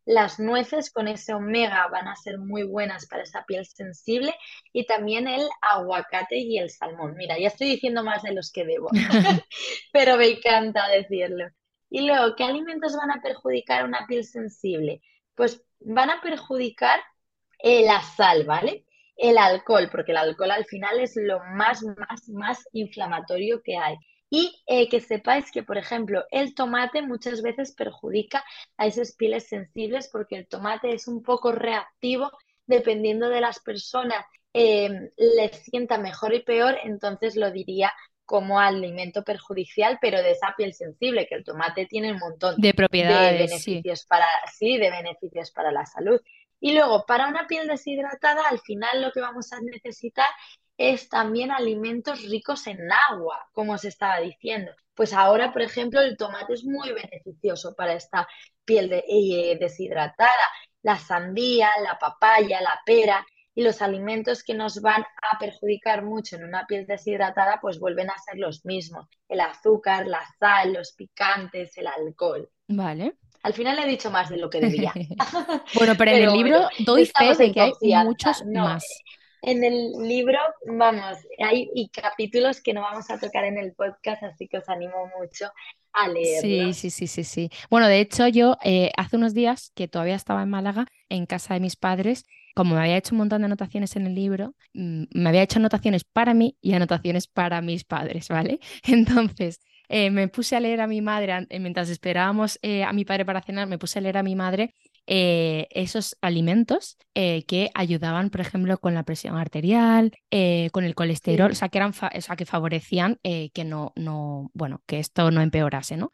Las nueces con ese omega van a ser muy buenas para esa piel sensible y también el aguacate y el salmón. Mira, ya estoy diciendo más de los que debo, pero me encanta decirlo. Y luego, ¿qué alimentos van a perjudicar a una piel sensible? Pues van a perjudicar la sal, ¿vale? El alcohol, porque el alcohol al final es lo más inflamatorio que hay. Y que sepáis que, por ejemplo, el tomate muchas veces perjudica a esas pieles sensibles porque el tomate es un poco reactivo dependiendo de las personas, les sienta mejor y peor, entonces lo diría como alimento perjudicial, pero de esa piel sensible, que el tomate tiene un montón De de propiedades, sí. beneficios para, sí, de beneficios para la salud. Y luego, para una piel deshidratada, al final lo que vamos a necesitar es también alimentos ricos en agua, como os estaba diciendo. Pues ahora, por ejemplo, el tomate es muy beneficioso para esta piel deshidratada. La sandía, la papaya, la pera y los alimentos que nos van a perjudicar mucho en una piel deshidratada, pues vuelven a ser los mismos. El azúcar, la sal, los picantes, el alcohol. Vale. Al final he dicho más de lo que debía. Bueno, pero en el Pero bueno, libro doy fe estamos de en que hay confianza. muchos No, más. en el libro, vamos, hay y capítulos que no vamos a tocar en el podcast, así que os animo mucho a Sí, leerlos. sí, sí, sí, sí. Bueno, de hecho, yo hace unos días que todavía estaba en Málaga, en casa de mis padres, como me había hecho un montón de anotaciones en el libro, me había hecho anotaciones para mí y anotaciones para mis padres, ¿vale? Entonces, me puse a leer a mi madre, mientras esperábamos a mi padre para cenar, me puse a leer a mi madre esos alimentos que ayudaban, por ejemplo, con la presión arterial, con el colesterol, o Sí, sea, que o sea, que favorecían que bueno, que esto no empeorase, ¿no?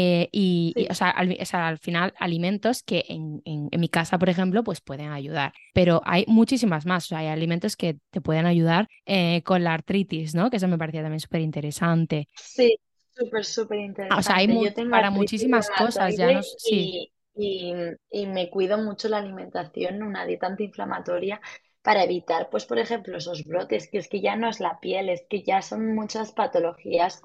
O sí. sea, o sea, al final alimentos que en mi casa, por ejemplo, pues pueden ayudar. Pero hay muchísimas más. O sea, hay alimentos que te pueden ayudar con la artritis, ¿no? Que eso me parecía también súper interesante. Sí, súper O sea, hay interesante. Yo tengo para artritis muchísimas cosas, ya no. reumatoide Sí. y me cuido mucho la alimentación, una dieta antiinflamatoria para evitar, pues, por ejemplo, esos brotes, que es que ya no es la piel, es que ya son muchas patologías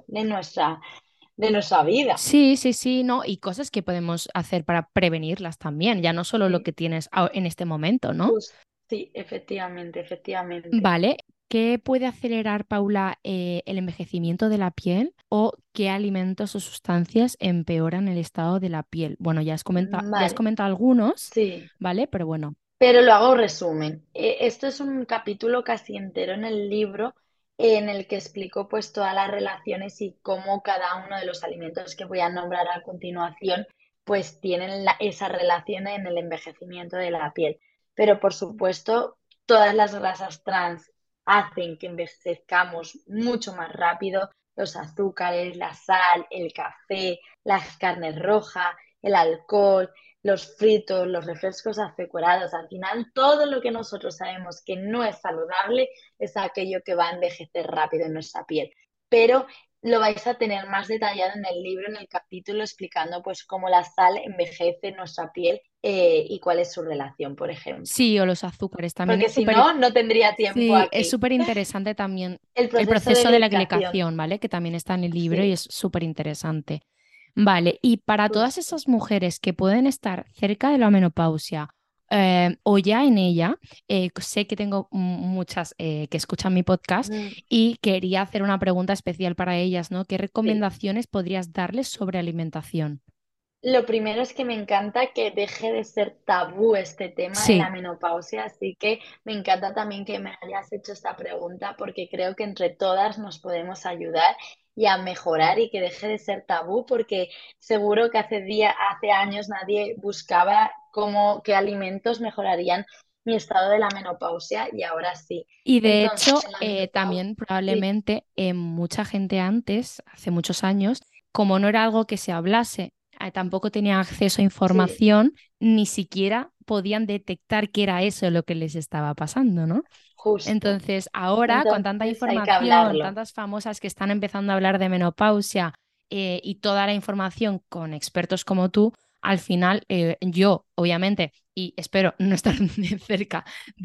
de nuestra vida. Sí, sí, sí, no, y cosas que podemos hacer para prevenirlas también, ya no solo lo Sí, que tienes en este momento, ¿no? sí, efectivamente. Vale, ¿qué puede acelerar, Paula, el envejecimiento de la piel o qué alimentos o sustancias empeoran el estado de la piel? Bueno, ya has Vale, comentado algunos, sí. ¿vale? Pero bueno, Pero lo hago resumen. Esto es un capítulo casi entero en el libro en el que explico pues todas las relaciones y cómo cada uno de los alimentos que voy a nombrar a continuación pues tienen esa relación en el envejecimiento de la piel. Pero por supuesto, todas las grasas trans hacen que envejezcamos mucho más rápido. Los azúcares, la sal, el café, las carnes rojas, el alcohol, los fritos, los refrescos azucarados, al final todo lo que nosotros sabemos que no es saludable es aquello que va a envejecer rápido en nuestra piel. Pero lo vais a tener más detallado en el libro, en el capítulo, explicando pues cómo la sal envejece en nuestra piel y cuál es su relación, por ejemplo. sí, o los azúcares también Porque es si súper. no, no tendría tiempo Sí, es aquí. súper interesante también El el proceso de proceso de la glicación. glicación, ¿vale? Que también está en el libro y Sí, es súper interesante. Vale, y para todas justo. esas mujeres que pueden estar cerca de la menopausia o ya en ella, sé que tengo muchas que escuchan mi podcast Mm, y quería hacer una pregunta especial para ellas, ¿no? ¿Qué sí. recomendaciones podrías darles sobre alimentación? Lo primero es que me encanta que deje de ser tabú este tema de la Sí, menopausia, así que me encanta también que me hayas hecho esta pregunta porque creo que entre todas nos podemos ayudar y a mejorar y que deje de ser tabú porque seguro que hace años nadie buscaba qué alimentos mejorarían mi estado de la menopausia y ahora sí. y de Entonces, hecho, en la menopausia, también sí, probablemente mucha gente antes, hace muchos años, como no era algo que se hablase, tampoco tenían acceso a sí, información, ni siquiera podían detectar qué era eso lo que les estaba pasando, ¿no? justo. Entonces, ahora, con tanta Entonces hay que información, hablarlo. tantas famosas que están empezando a hablar de menopausia y toda la información con expertos como tú, al final yo, obviamente, y espero no estar cerca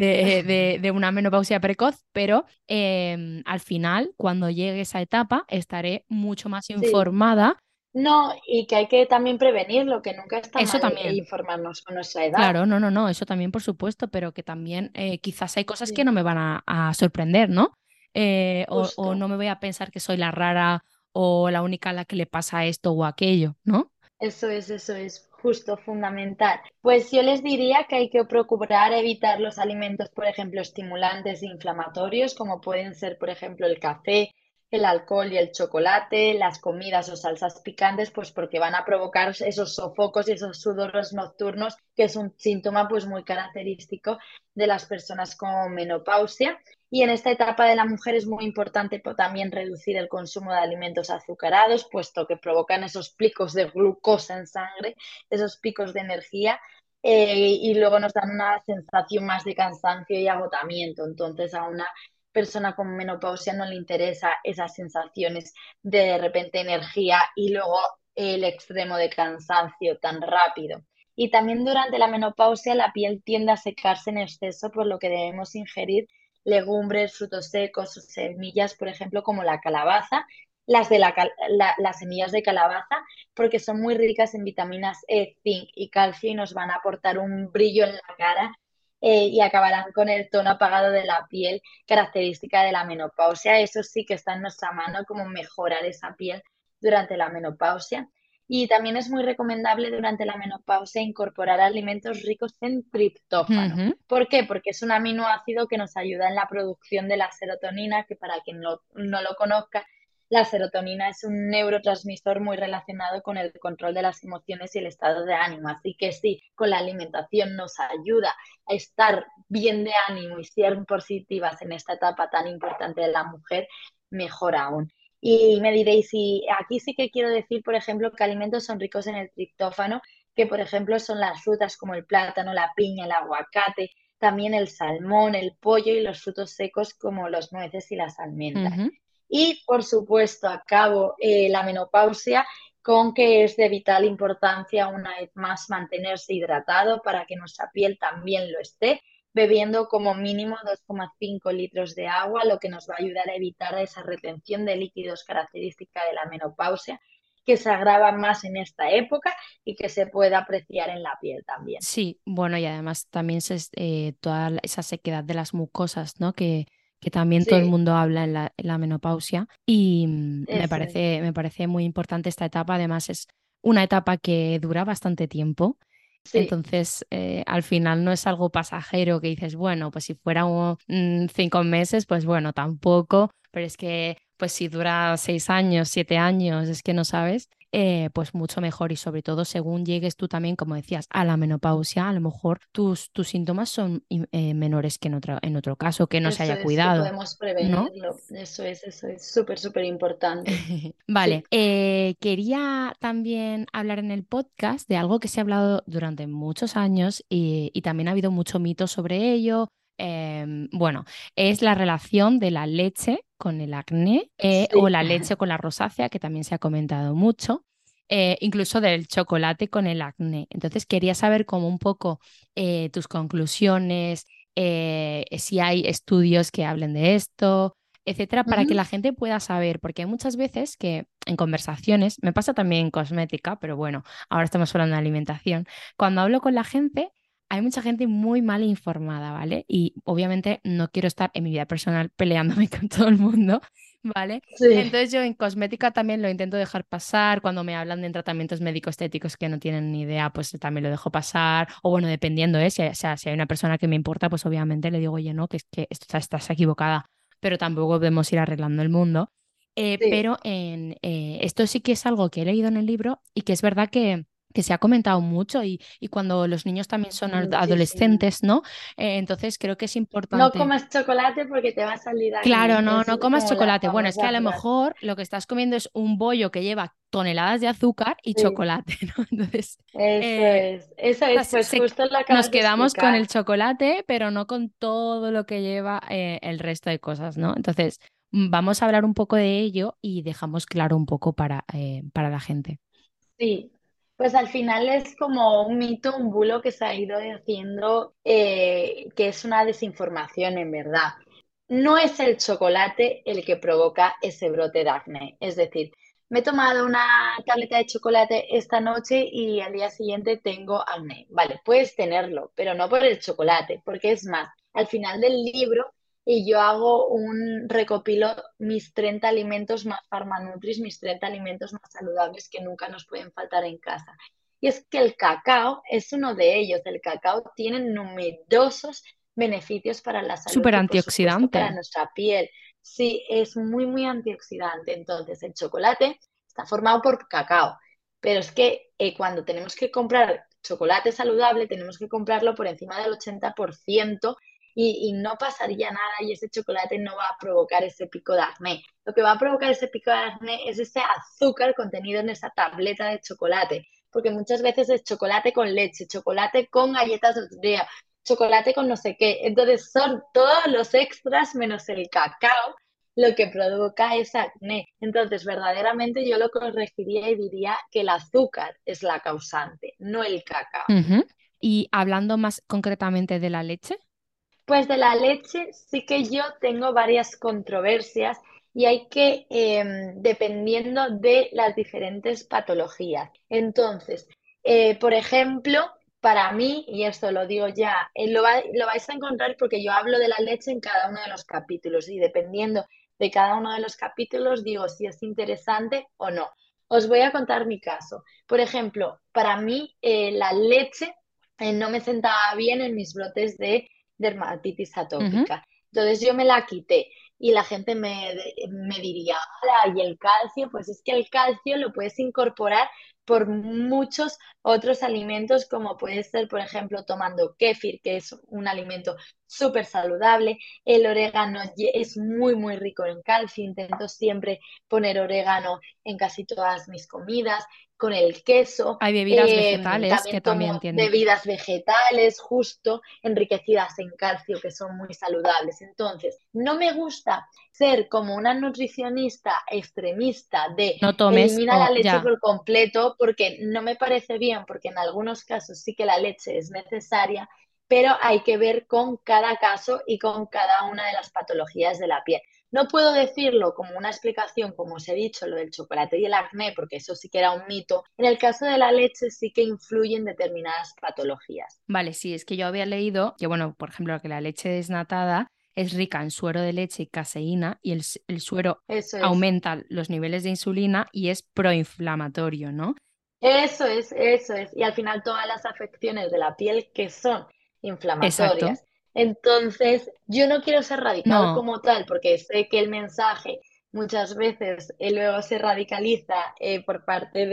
de una menopausia precoz, pero al final, cuando llegue esa etapa, estaré mucho más Sí. informada No, y que hay que también prevenirlo, que nunca está Eso mal también. informarnos con nuestra edad. Claro, no, no, no, eso también por supuesto, pero que también quizás hay cosas que Sí, no me van a sorprender, ¿no? O justo. no me voy a pensar que soy la rara o la única a la que le pasa esto o aquello, ¿no? Eso es justo fundamental. Pues yo les diría que hay que procurar evitar los alimentos, por ejemplo, estimulantes e inflamatorios, como pueden ser, por ejemplo, el café, el alcohol y el chocolate, las comidas o salsas picantes, pues porque van a provocar esos sofocos y esos sudores nocturnos, que es un síntoma pues muy característico de las personas con menopausia. Y en esta etapa de la mujer es muy importante también reducir el consumo de alimentos azucarados, puesto que provocan esos picos de glucosa en sangre, esos picos de energía, y luego nos dan una sensación más de cansancio y agotamiento. Entonces, a una persona con menopausia no le interesa esas sensaciones de repente energía y luego el extremo de cansancio tan rápido. Y también durante la menopausia la piel tiende a secarse en exceso, por lo que debemos ingerir legumbres, frutos secos, semillas, por ejemplo, como la calabaza, las semillas de calabaza, porque son muy ricas en vitaminas E, zinc y calcio y nos van a aportar un brillo en la cara, y acabarán con el tono apagado de la piel, característica de la menopausia. Eso sí que está en nuestra mano, como mejorar esa piel durante la menopausia. Y también es muy recomendable durante la menopausia incorporar alimentos ricos en triptófano. Ujú. ¿Por qué? Porque es un aminoácido que nos ayuda en la producción de la serotonina, que para quien no lo conozca, la serotonina es un neurotransmisor muy relacionado con el control de las emociones y el estado de ánimo. Así que sí, con la alimentación nos ayuda a estar bien de ánimo y ser positivas en esta etapa tan importante de la mujer, mejor aún. Y me diréis, y aquí sí que quiero decir, por ejemplo, que alimentos son ricos en el triptófano, que por ejemplo son las frutas como el plátano, la piña, el aguacate, también el salmón, el pollo y los frutos secos como los nueces y las almendras. Ujú. Y por supuesto, acabo la menopausia con que es de vital importancia una vez más mantenerse hidratado para que nuestra piel también lo esté, bebiendo como mínimo 2,5 litros de agua, lo que nos va a ayudar a evitar esa retención de líquidos característica de la menopausia, que se agrava más en esta época y que se puede apreciar en la piel también. Sí, bueno, y además también toda esa sequedad de las mucosas, ¿no? Que también todo el Sí, mundo habla en la menopausia. Y eso es. me parece muy importante esta etapa. Además, es una etapa que dura bastante tiempo. Sí, Entonces, al final no es algo pasajero que dices, bueno, pues si fuera 5 meses, pues bueno, tampoco, pero es que, pues si dura 6 años, 7 años, es que no sabes, pues mucho mejor y sobre todo según llegues tú también, como decías, a la menopausia, a lo mejor tus síntomas son menores que en otro caso, que no se eso haya es, que cuidado, podemos ¿no? prevenirlo. Eso es súper, súper importante. Vale, Sí, quería también hablar en el podcast de algo que se ha hablado durante muchos años y también ha habido mucho mito sobre ello. Bueno, es la relación de la leche con el acné o sí. la leche con la rosácea, que también se ha comentado mucho, incluso del chocolate con el acné. Entonces quería saber como un poco tus conclusiones, si hay estudios que hablen de esto, etcétera, para que Ujú. la gente pueda saber, porque hay muchas veces que en conversaciones, me pasa también en cosmética, pero bueno, ahora estamos hablando de alimentación, cuando hablo con la gente, hay mucha gente muy mal informada, ¿vale? Y obviamente no quiero estar en mi vida personal peleándome con todo el mundo, ¿vale? Sí, Entonces yo en cosmética también lo intento dejar pasar, cuando me hablan de tratamientos médico-estéticos que no tienen ni idea, pues también lo dejo pasar, o bueno, dependiendo, ¿eh? O sea, si hay una persona que me importa, pues obviamente le digo, oye, no, que es que estás equivocada, pero tampoco podemos ir arreglando el mundo. sí. Pero esto sí que es algo que he leído en el libro y que es verdad que se ha comentado mucho y cuando los niños también son Muchísimo. adolescentes, ¿no? Entonces creo que es No importante. comas chocolate porque te va a salir Claro, acné. no, Es no comas como la chocolate. Bueno, es que a famosa lo frase. mejor lo que estás comiendo es un bollo que lleva toneladas de azúcar y Sí, chocolate, ¿no? Entonces, eh, eso sea, es, pues justo lo nos acabas de quedamos con explicar. el chocolate, pero no con todo lo que lleva el resto de cosas, ¿no? Entonces, vamos a hablar un poco de ello y dejamos claro un poco para la gente. Sí, pues al final es como un mito, un bulo que se ha ido haciendo, que es una desinformación en verdad. No es el chocolate el que provoca ese brote de acné. Es decir, me he tomado una tableta de chocolate esta noche y al día siguiente tengo acné. Vale, puedes tenerlo, pero no por el chocolate, porque es más, al final del libro yo hago un recopilo mis 30 alimentos más Pharmanutris, mis 30 alimentos más saludables que nunca nos pueden faltar en casa. Y es que el cacao es uno de ellos. El cacao tiene numerosos beneficios para la salud Súper y, por supuesto, antioxidante. para nuestra piel. Sí, es muy, muy antioxidante. Entonces, el chocolate está formado por cacao. Pero es que cuando tenemos que comprar chocolate saludable, tenemos que comprarlo por encima del 80% y no pasaría nada y ese chocolate no va a provocar ese pico de acné. Lo que va a provocar ese pico de acné es ese azúcar contenido en esa tableta de chocolate, porque muchas veces es chocolate con leche, chocolate con galletas de Oreo, chocolate con no sé qué. Entonces son todos los extras menos el cacao lo que provoca es acné. Entonces, verdaderamente yo lo corregiría y diría que el azúcar es la causante, no el cacao. Ujú. Y hablando más concretamente de la leche. Pues de la leche sí que yo tengo varias controversias y hay que, dependiendo de las diferentes patologías. Entonces, por ejemplo, para mí, y esto lo digo ya, lo vais a encontrar porque yo hablo de la leche en cada uno de los capítulos y dependiendo de cada uno de los capítulos digo si es interesante o no. Os voy a contar mi caso. Por ejemplo, para mí la leche no me sentaba bien en mis brotes de dermatitis Ujú. atópica. Entonces yo me la quité y la gente me diría, "Ala, ¿y el calcio?". Pues es que el calcio lo puedes incorporar por muchos otros alimentos, como puede ser, por ejemplo, tomando kéfir, que es un alimento súper saludable. El orégano es muy, muy rico en calcio. Intento siempre poner orégano en casi todas mis comidas, con el queso. Hay bebidas vegetales que También también tomo tienen. bebidas vegetales, justo enriquecidas en calcio, que son muy saludables. Entonces, no me gusta ser como una nutricionista extremista de No tomes elimina o la leche ya. por completo, porque no me parece bien, porque en algunos casos sí que la leche es necesaria, pero hay que ver con cada caso y con cada una de las patologías de la piel. No puedo decirlo como una explicación, como os he dicho, lo del chocolate y el acné, porque eso sí que era un mito. En el caso de la leche sí que influyen determinadas patologías. Vale, sí, es que yo había leído que, bueno, por ejemplo, que la leche desnatada es rica en suero de leche y caseína y el suero Eso es. aumenta los niveles de insulina y es proinflamatorio, ¿no? Eso es, eso es. Y al final todas las afecciones de la piel que son Exacto. inflamatorias. Entonces, yo no quiero ser radical No, como tal, porque sé que el mensaje muchas veces luego se radicaliza por parte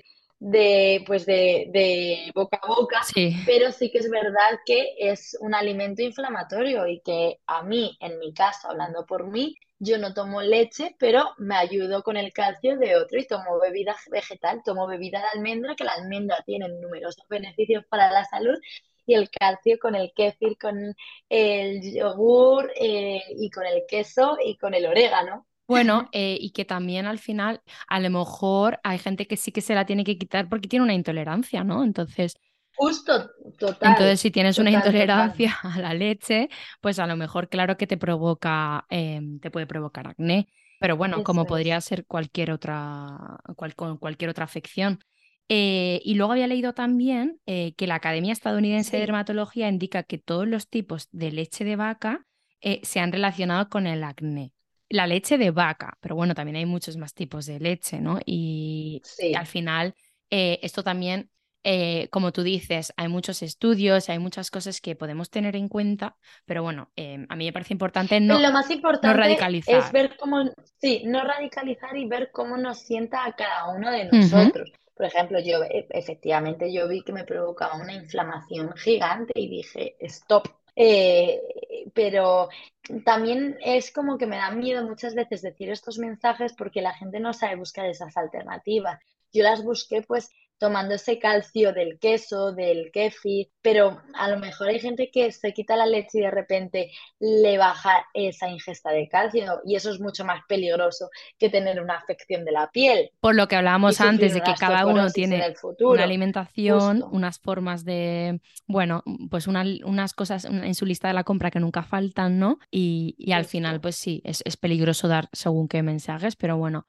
de boca a boca, sí. pero sí que es verdad que es un alimento inflamatorio y que a mí, en mi caso, hablando por mí, yo no tomo leche, pero me ayudo con el calcio de otro y tomo bebida vegetal, tomo bebida de almendra, que la almendra tiene numerosos beneficios para la salud, y el calcio con el kéfir, con el yogur y con el queso y con el orégano. Bueno, y que también al final, a lo mejor hay gente que sí que se la tiene que quitar porque tiene una intolerancia, ¿no? Justo, total, Entonces, si tienes una total, total. intolerancia a la leche, pues a lo mejor, claro que te provoca, te puede provocar acné. Pero bueno, Eso como es. podría ser con cualquier otra afección. Y luego había leído también que la Academia Estadounidense de Sí, Dermatología indica que todos los tipos de leche de vaca se han relacionado con el acné. La leche de vaca, pero bueno, también hay muchos más tipos de leche, ¿no? Y al sí. final, esto también como tú dices, hay muchos estudios, hay muchas cosas que podemos tener en cuenta, pero bueno, a mí me parece importante Lo más no importante es radicalizar. ver cómo, sí, no radicalizar y ver cómo nos sienta a cada uno de Ujú. nosotros. Por ejemplo, yo efectivamente yo vi que me provocaba una inflamación gigante y dije, stop. Pero también es como que me da miedo muchas veces decir estos mensajes porque la gente no sabe buscar esas alternativas. Yo las busqué pues tomando ese calcio del queso, del kéfir, pero a lo mejor hay gente que se quita la leche y de repente le baja esa ingesta de calcio y eso es mucho más peligroso que tener una afección de la piel Por lo que y hablábamos antes sufrir de una que cada uno osteoporosis en tiene el una futuro. alimentación, Justo, unas formas de, bueno, pues unas cosas en su lista de la compra que nunca faltan, ¿no? Y al final, justo. pues sí, es peligroso dar según qué mensajes, pero bueno.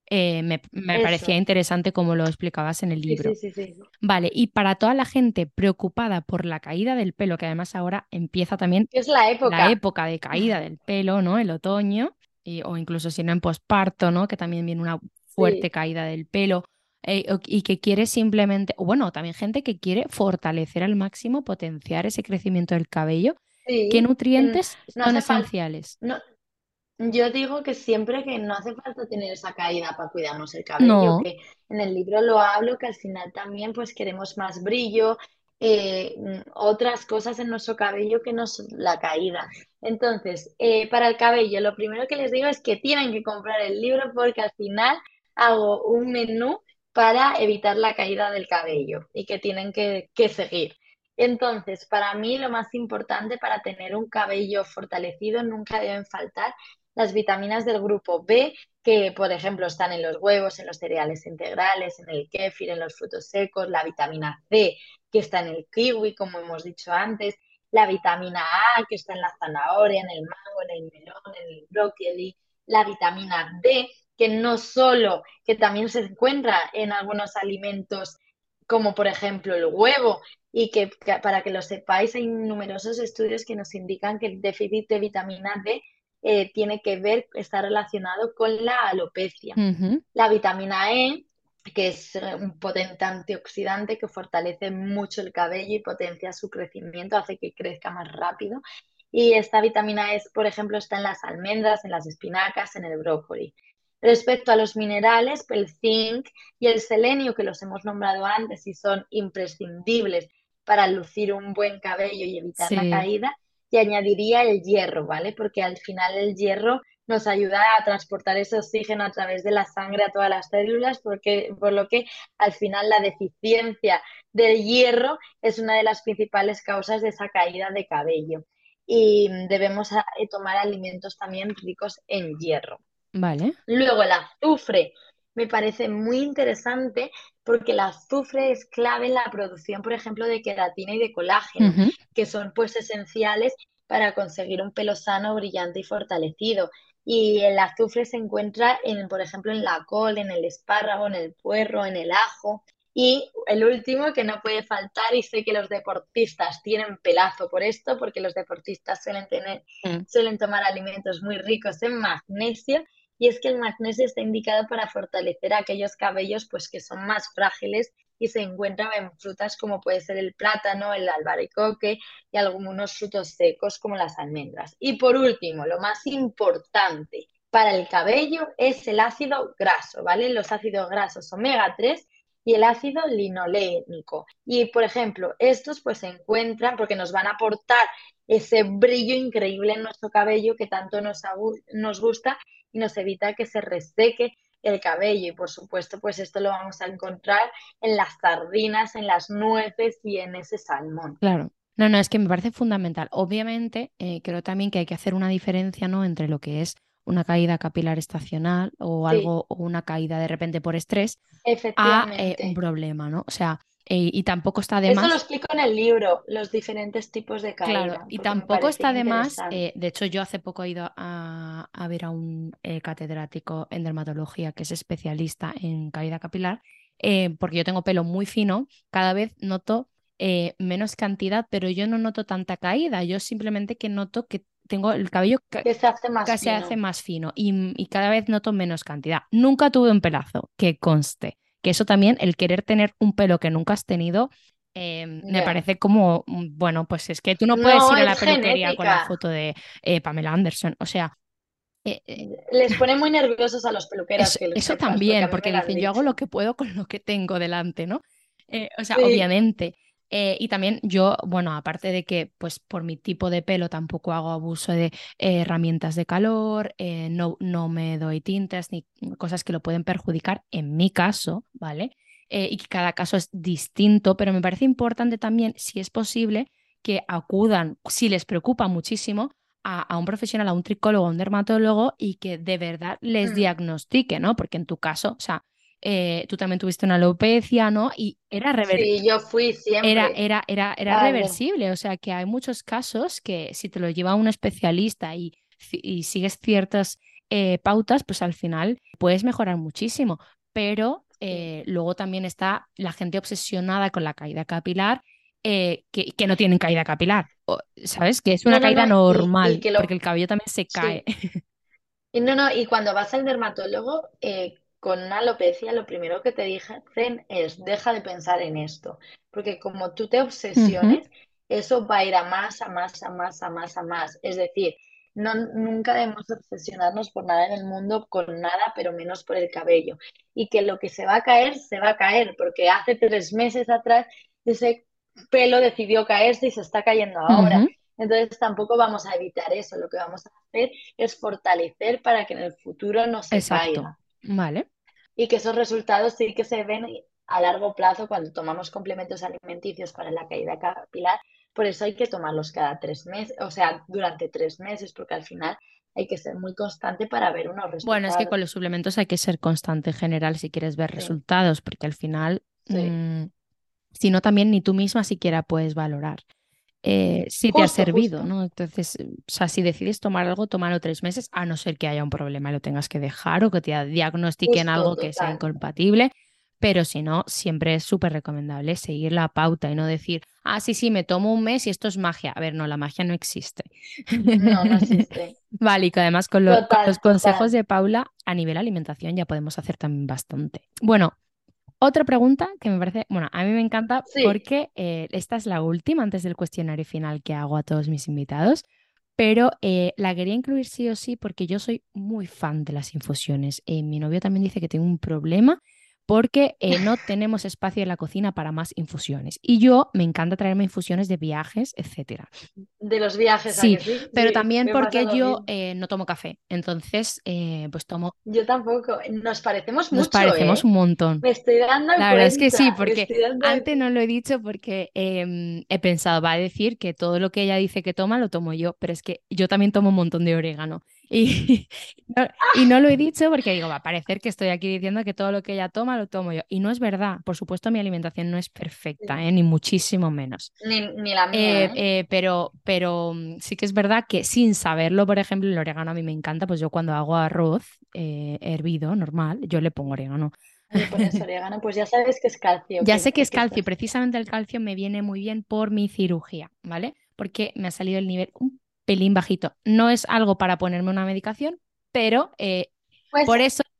Me parecía Eso. interesante como lo explicabas en el Sí, sí, libro. sí, sí. Vale, y para toda la gente preocupada por la caída del pelo, que además ahora empieza también Es la la época. época de caída del pelo, ¿no? El otoño, o incluso si no en posparto, ¿no? Que también viene una fuerte Sí, caída del pelo, y que quiere simplemente, o bueno, también gente que quiere fortalecer al máximo, potenciar ese crecimiento del cabello. ¿Qué sí. nutrientes No son hace falta. esenciales? Yo digo que siempre que no hace falta tener esa caída para cuidarnos el cabello, No. que en el libro lo hablo, que al final también pues queremos más brillo, otras cosas en nuestro cabello que no es la caída. Entonces, para el cabello, lo primero que les digo es que tienen que comprar el libro porque al final hago un menú para evitar la caída del cabello y que tienen que seguir. Entonces, para mí lo más importante para tener un cabello fortalecido nunca deben faltar las vitaminas del grupo B, que por ejemplo están en los huevos, en los cereales integrales, en el kéfir, en los frutos secos, la vitamina C, que está en el kiwi, como hemos dicho antes, la vitamina A, que está en la zanahoria, en el mango, en el melón, en el brócoli, la vitamina D, que no solo, que también se encuentra en algunos alimentos como por ejemplo el huevo, y que para que lo sepáis, hay numerosos estudios que nos indican que el déficit de vitamina D tiene que ver, está relacionado con la alopecia. Ujú. La vitamina E, que es un potente antioxidante que fortalece mucho el cabello y potencia su crecimiento, hace que crezca más rápido. Y esta vitamina E, por ejemplo, está en las almendras, en las espinacas, en el brócoli. Respecto a los minerales, el zinc y el selenio, que los hemos nombrado antes y son imprescindibles para lucir un buen cabello y evitar la Sí. caída, y añadiría el hierro, ¿vale? Porque al final el hierro nos ayuda a transportar ese oxígeno a través de la sangre a todas las células, por lo que al final la deficiencia del hierro es una de las principales causas de esa caída de cabello. Y debemos tomar alimentos también ricos en hierro. Vale. Luego el azufre me parece muy interesante porque el azufre es clave en la producción, por ejemplo, de queratina y de colágeno, Ujú. que son pues esenciales para conseguir un pelo sano, brillante y fortalecido. Y el azufre se encuentra en, por ejemplo, en la col, en el espárrago, en el puerro, en el ajo. Y el último que no puede faltar, y sé que los deportistas tienen pelazo por esto, porque los deportistas Mm. suelen tomar alimentos muy ricos en magnesio, y es que el magnesio está indicado para fortalecer aquellos cabellos pues, que son más frágiles y se encuentran en frutas como puede ser el plátano, el albaricoque y algunos frutos secos como las almendras. Y por último, lo más importante para el cabello es el ácido graso, ¿vale? Los ácidos grasos omega 3 y el ácido linolénico. Y, por ejemplo, estos pues se encuentran porque nos van a aportar ese brillo increíble en nuestro cabello que tanto nos gusta y nos evita que se reseque el cabello. Y por supuesto, pues esto lo vamos a encontrar en las sardinas, en las nueces y en ese salmón. Claro. No, no, es que me parece fundamental. Obviamente, creo también que hay que hacer una diferencia, ¿no? Entre lo que es una caída capilar estacional o Sí, algo, o una caída de repente por estrés, a un efectivamente. problema, ¿no? O sea, y tampoco está de Eso lo más. explico en el libro, los diferentes tipos de Claro, caída, y porque me tampoco parece está de más, interesante. de hecho yo hace poco he ido a ver a un catedrático en dermatología que es especialista en caída capilar, porque yo tengo pelo muy fino, cada vez noto menos cantidad, pero yo no noto tanta caída, yo simplemente que noto que tengo el cabello Que se hace más se hace fino. más fino y cada vez noto menos cantidad. Nunca tuve un pelazo, que conste, que eso también, el querer tener un pelo que nunca has tenido me Ya. parece como, bueno, pues es que tú no puedes No, ir a es la peluquería con la genética. foto de Pamela Anderson. O sea, eh, eh, Les pone muy nerviosos a los peluqueros, que lo eso sepas, porque a también, mí me porque lo han dicen, yo hago dicho. lo que puedo con lo que tengo delante, ¿no? O sea, Sí. obviamente. Y también yo, bueno, aparte de que, pues por mi tipo de pelo tampoco hago abuso de herramientas de calor, no me doy tintes ni cosas que lo pueden perjudicar en mi caso, ¿vale? Y que cada caso es distinto, pero me parece importante también, si es posible, que acudan, si les preocupa muchísimo, a un profesional, a un tricólogo, a un dermatólogo y que de verdad les Mm. diagnostique, ¿no? Porque en tu caso, o sea, tú también tuviste una alopecia, ¿no? Y Sí, yo fui siempre. era Claro. reversible, o sea, que hay muchos casos que si te lo lleva un especialista y sigues ciertas pautas, pues al final puedes mejorar muchísimo. Pero Sí. luego también está la gente obsesionada con la caída capilar, que no tienen caída capilar, ¿sabes? Que es una No, no, caída no, y normal, que porque lo... el cabello también se cae. Sí. Y no, no, y cuando vas al dermatólogo, con una alopecia, lo primero que te dicen es, deja de pensar en esto, porque como tú te Ujú, obsesiones, eso va a ir a más, a más, a más, a más, a más. Es decir, no, nunca debemos obsesionarnos por nada en el mundo, con nada, pero menos por el cabello. Y que lo que se va a caer, porque hace 3 meses atrás ese pelo decidió caerse y se está cayendo ahora. ujú. Entonces tampoco vamos a evitar eso, lo que vamos a hacer es fortalecer para que en el futuro no se Exacto. caiga. Vale. Y que esos resultados sí que se ven a largo plazo cuando tomamos complementos alimenticios para la caída capilar. Por eso hay que tomarlos cada 3 meses, o sea, durante 3 meses, porque al final hay que ser muy constante para ver unos Bueno, es que con resultados. los suplementos hay que ser constante en general si quieres ver Sí, resultados, porque al final, sí, si no, también ni tú misma siquiera puedes valorar si te ha justo, servido, justo. ¿no? Entonces, o sea, si decides tomar algo, tómalo 3 meses, a no ser que haya un problema y lo tengas que dejar o que te diagnostiquen Justo, algo que sea total. incompatible. Pero si no, siempre es súper recomendable seguir la pauta y no decir, ah, sí, sí, me tomo un mes y esto es magia. A ver, no, la magia no existe. No, no existe. Vale, y que además con los Total, consejos total. de Paula, a nivel alimentación ya podemos hacer también bastante. Bueno, otra pregunta que me parece, bueno, a mí me encanta Sí, porque esta es la última antes del cuestionario final que hago a todos mis invitados, pero la quería incluir sí o sí porque yo soy muy fan de las infusiones. Mi novio también dice que tengo un problema porque no tenemos espacio en la cocina para más infusiones. Y yo me encanta traerme infusiones de viajes, etcétera. de los viajes, ¿a Sí, que sí? pero Sí, también me pasa porque lo yo mismo. no tomo café. Entonces, pues tomo, Yo tampoco. Nos parecemos nos mucho, parecemos un ¿eh? montón. Me estoy dando La verdad es que sí, cuenta, me porque estoy dando antes no cuenta. lo he dicho porque he pensado, va a decir que todo lo que ella dice que toma lo tomo yo, pero es que yo también tomo un montón de orégano. Y, y no lo he dicho porque digo, va a parecer que estoy aquí diciendo que todo lo que ella toma lo tomo yo. Y no es verdad. Por supuesto, mi alimentación no es perfecta, Sí. ni muchísimo menos. Ni la mía, ¿eh? Pero sí que es verdad que sin saberlo, por ejemplo, el orégano a mí me encanta, pues yo cuando hago arroz hervido, normal, yo le pongo orégano. Le pones orégano, pues ya sabes que es calcio, Ya sé que es que calcio, y estás. precisamente el calcio me viene muy bien por mi cirugía, ¿vale? Porque me ha salido el nivel un pelín bajito. No es algo para ponerme una medicación, pero Pues por eso,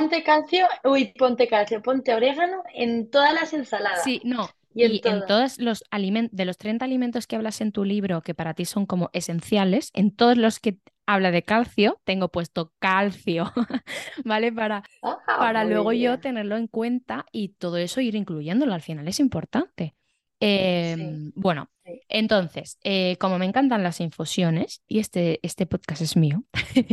ponte calcio, ponte orégano en todas las ensaladas sí, no. y en Y en todo. todos los alimentos, de los 30 alimentos que hablas en tu libro, que para ti son como esenciales, en todos los que habla de calcio, tengo puesto calcio, ¿vale? Ah, Para muy luego yo bien. tenerlo en cuenta y todo eso ir incluyéndolo. Al final es importante. Sí, Bueno, sí. entonces, como me encantan las infusiones, y este podcast es mío,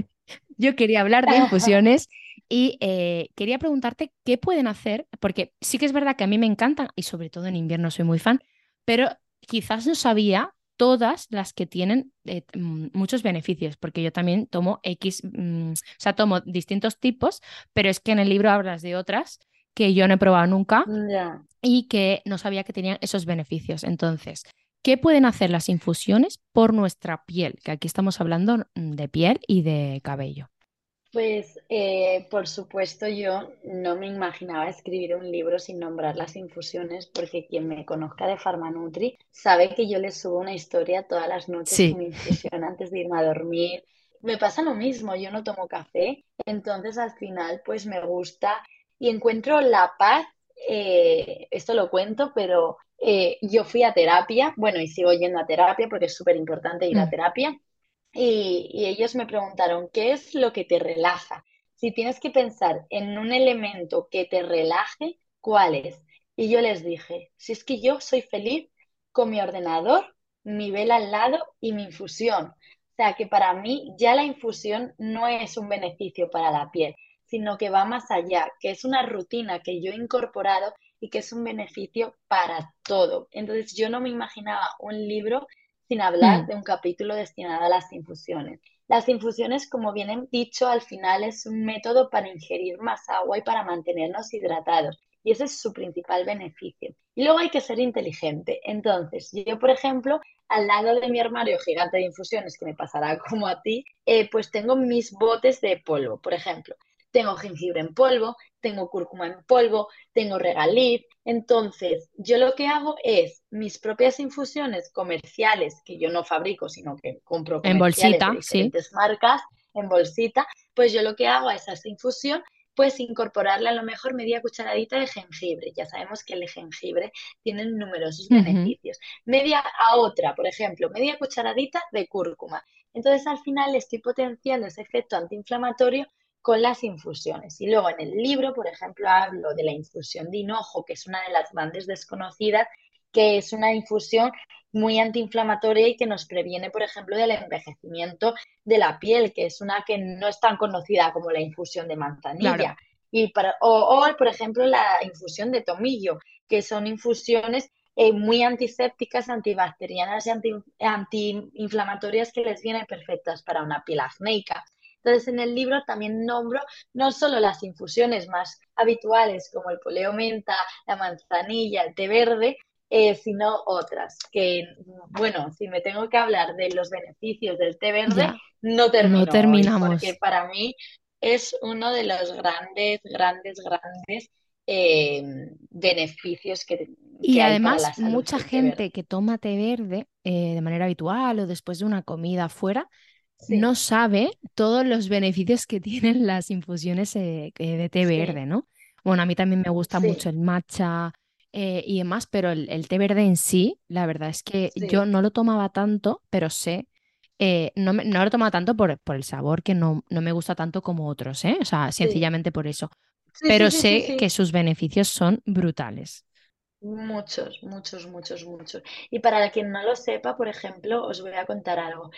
yo quería hablar de infusiones y quería preguntarte qué pueden hacer, porque sí que es verdad que a mí me encantan y sobre todo en invierno soy muy fan, pero quizás no sabía todas las que tienen muchos beneficios, porque yo también tomo o sea, tomo distintos tipos, pero es que en el libro hablas de otras que yo no he probado nunca Ya. y que no sabía que tenían esos beneficios. Entonces, ¿qué pueden hacer las infusiones por nuestra piel? Que aquí estamos hablando de piel y de cabello. Pues por supuesto yo no me imaginaba escribir un libro sin nombrar las infusiones porque quien me conozca de Farmanutri sabe que yo le subo una historia todas las noches con Sí. mi infusión antes de irme a dormir. Me pasa lo mismo, yo no tomo café, entonces al final pues me gusta y encuentro la paz, esto lo cuento, pero yo fui a terapia, bueno y sigo yendo a terapia porque es súper importante ir a Mm, terapia. Y ellos me preguntaron, ¿qué es lo que te relaja? Si tienes que pensar en un elemento que te relaje, ¿cuál es? Y yo les dije, si es que yo soy feliz con mi ordenador, mi vela al lado y mi infusión. O sea que para mí ya la infusión no es un beneficio para la piel, sino que va más allá, que es una rutina que yo he incorporado y que es un beneficio para todo. Entonces yo no me imaginaba un libro sin hablar mm, de un capítulo destinado a las infusiones. Las infusiones, como bien he dicho, al final es un método para ingerir más agua y para mantenernos hidratados. Y ese es su principal beneficio. Y luego hay que ser inteligente. Entonces, yo, por ejemplo, al lado de mi armario gigante de infusiones, que me pasará como a ti, pues tengo mis botes de polvo. Por ejemplo, tengo jengibre en polvo, tengo cúrcuma en polvo, tengo regaliz. Entonces, yo lo que hago es mis propias infusiones comerciales, que yo no fabrico, sino que compro En comerciales de bolsita, sí. diferentes marcas en bolsita, pues yo lo que hago es a esa infusión, pues incorporarle a lo mejor media cucharadita de jengibre. Ya sabemos que el jengibre tiene numerosos Ujú. beneficios. Media a otra, por ejemplo, media cucharadita de cúrcuma. Entonces, al final estoy potenciando ese efecto antiinflamatorio con las infusiones. Y luego en el libro, por ejemplo, hablo de la infusión de hinojo, que es una de las grandes desconocidas, que es una infusión muy antiinflamatoria y que nos previene, por ejemplo, del envejecimiento de la piel, que es una que no es tan conocida como la infusión de Claro. manzanilla. Por ejemplo, la infusión de tomillo, que son infusiones muy antisépticas, antibacterianas y antiinflamatorias que les vienen perfectas para una piel acnéica. Entonces, en el libro también nombro no solo las infusiones más habituales como el poleo menta, la manzanilla, el té verde, sino otras que, bueno, si me tengo que hablar de los beneficios del té verde, Ya, no no termino hoy, porque terminamos. para mí es uno de los grandes beneficios Y que hay para además, la salud mucha el té verde. gente que toma té verde de manera habitual o después de una comida fuera, no Sí, sabe todos los beneficios que tienen las infusiones de té verde, sí, ¿no? Bueno, a mí también me gusta mucho sí, el matcha y demás, pero el té verde en sí, la verdad es que yo sí, no lo tomaba tanto, pero sé, no lo tomaba tanto por el sabor que no me gusta tanto como otros, ¿eh? O sea, sí, sencillamente por eso. sí, sí, Pero sí, sí, sé que sí. sus beneficios son brutales. Muchos, muchos, muchos, muchos. Y para quien no lo sepa, por ejemplo, os voy a contar algo.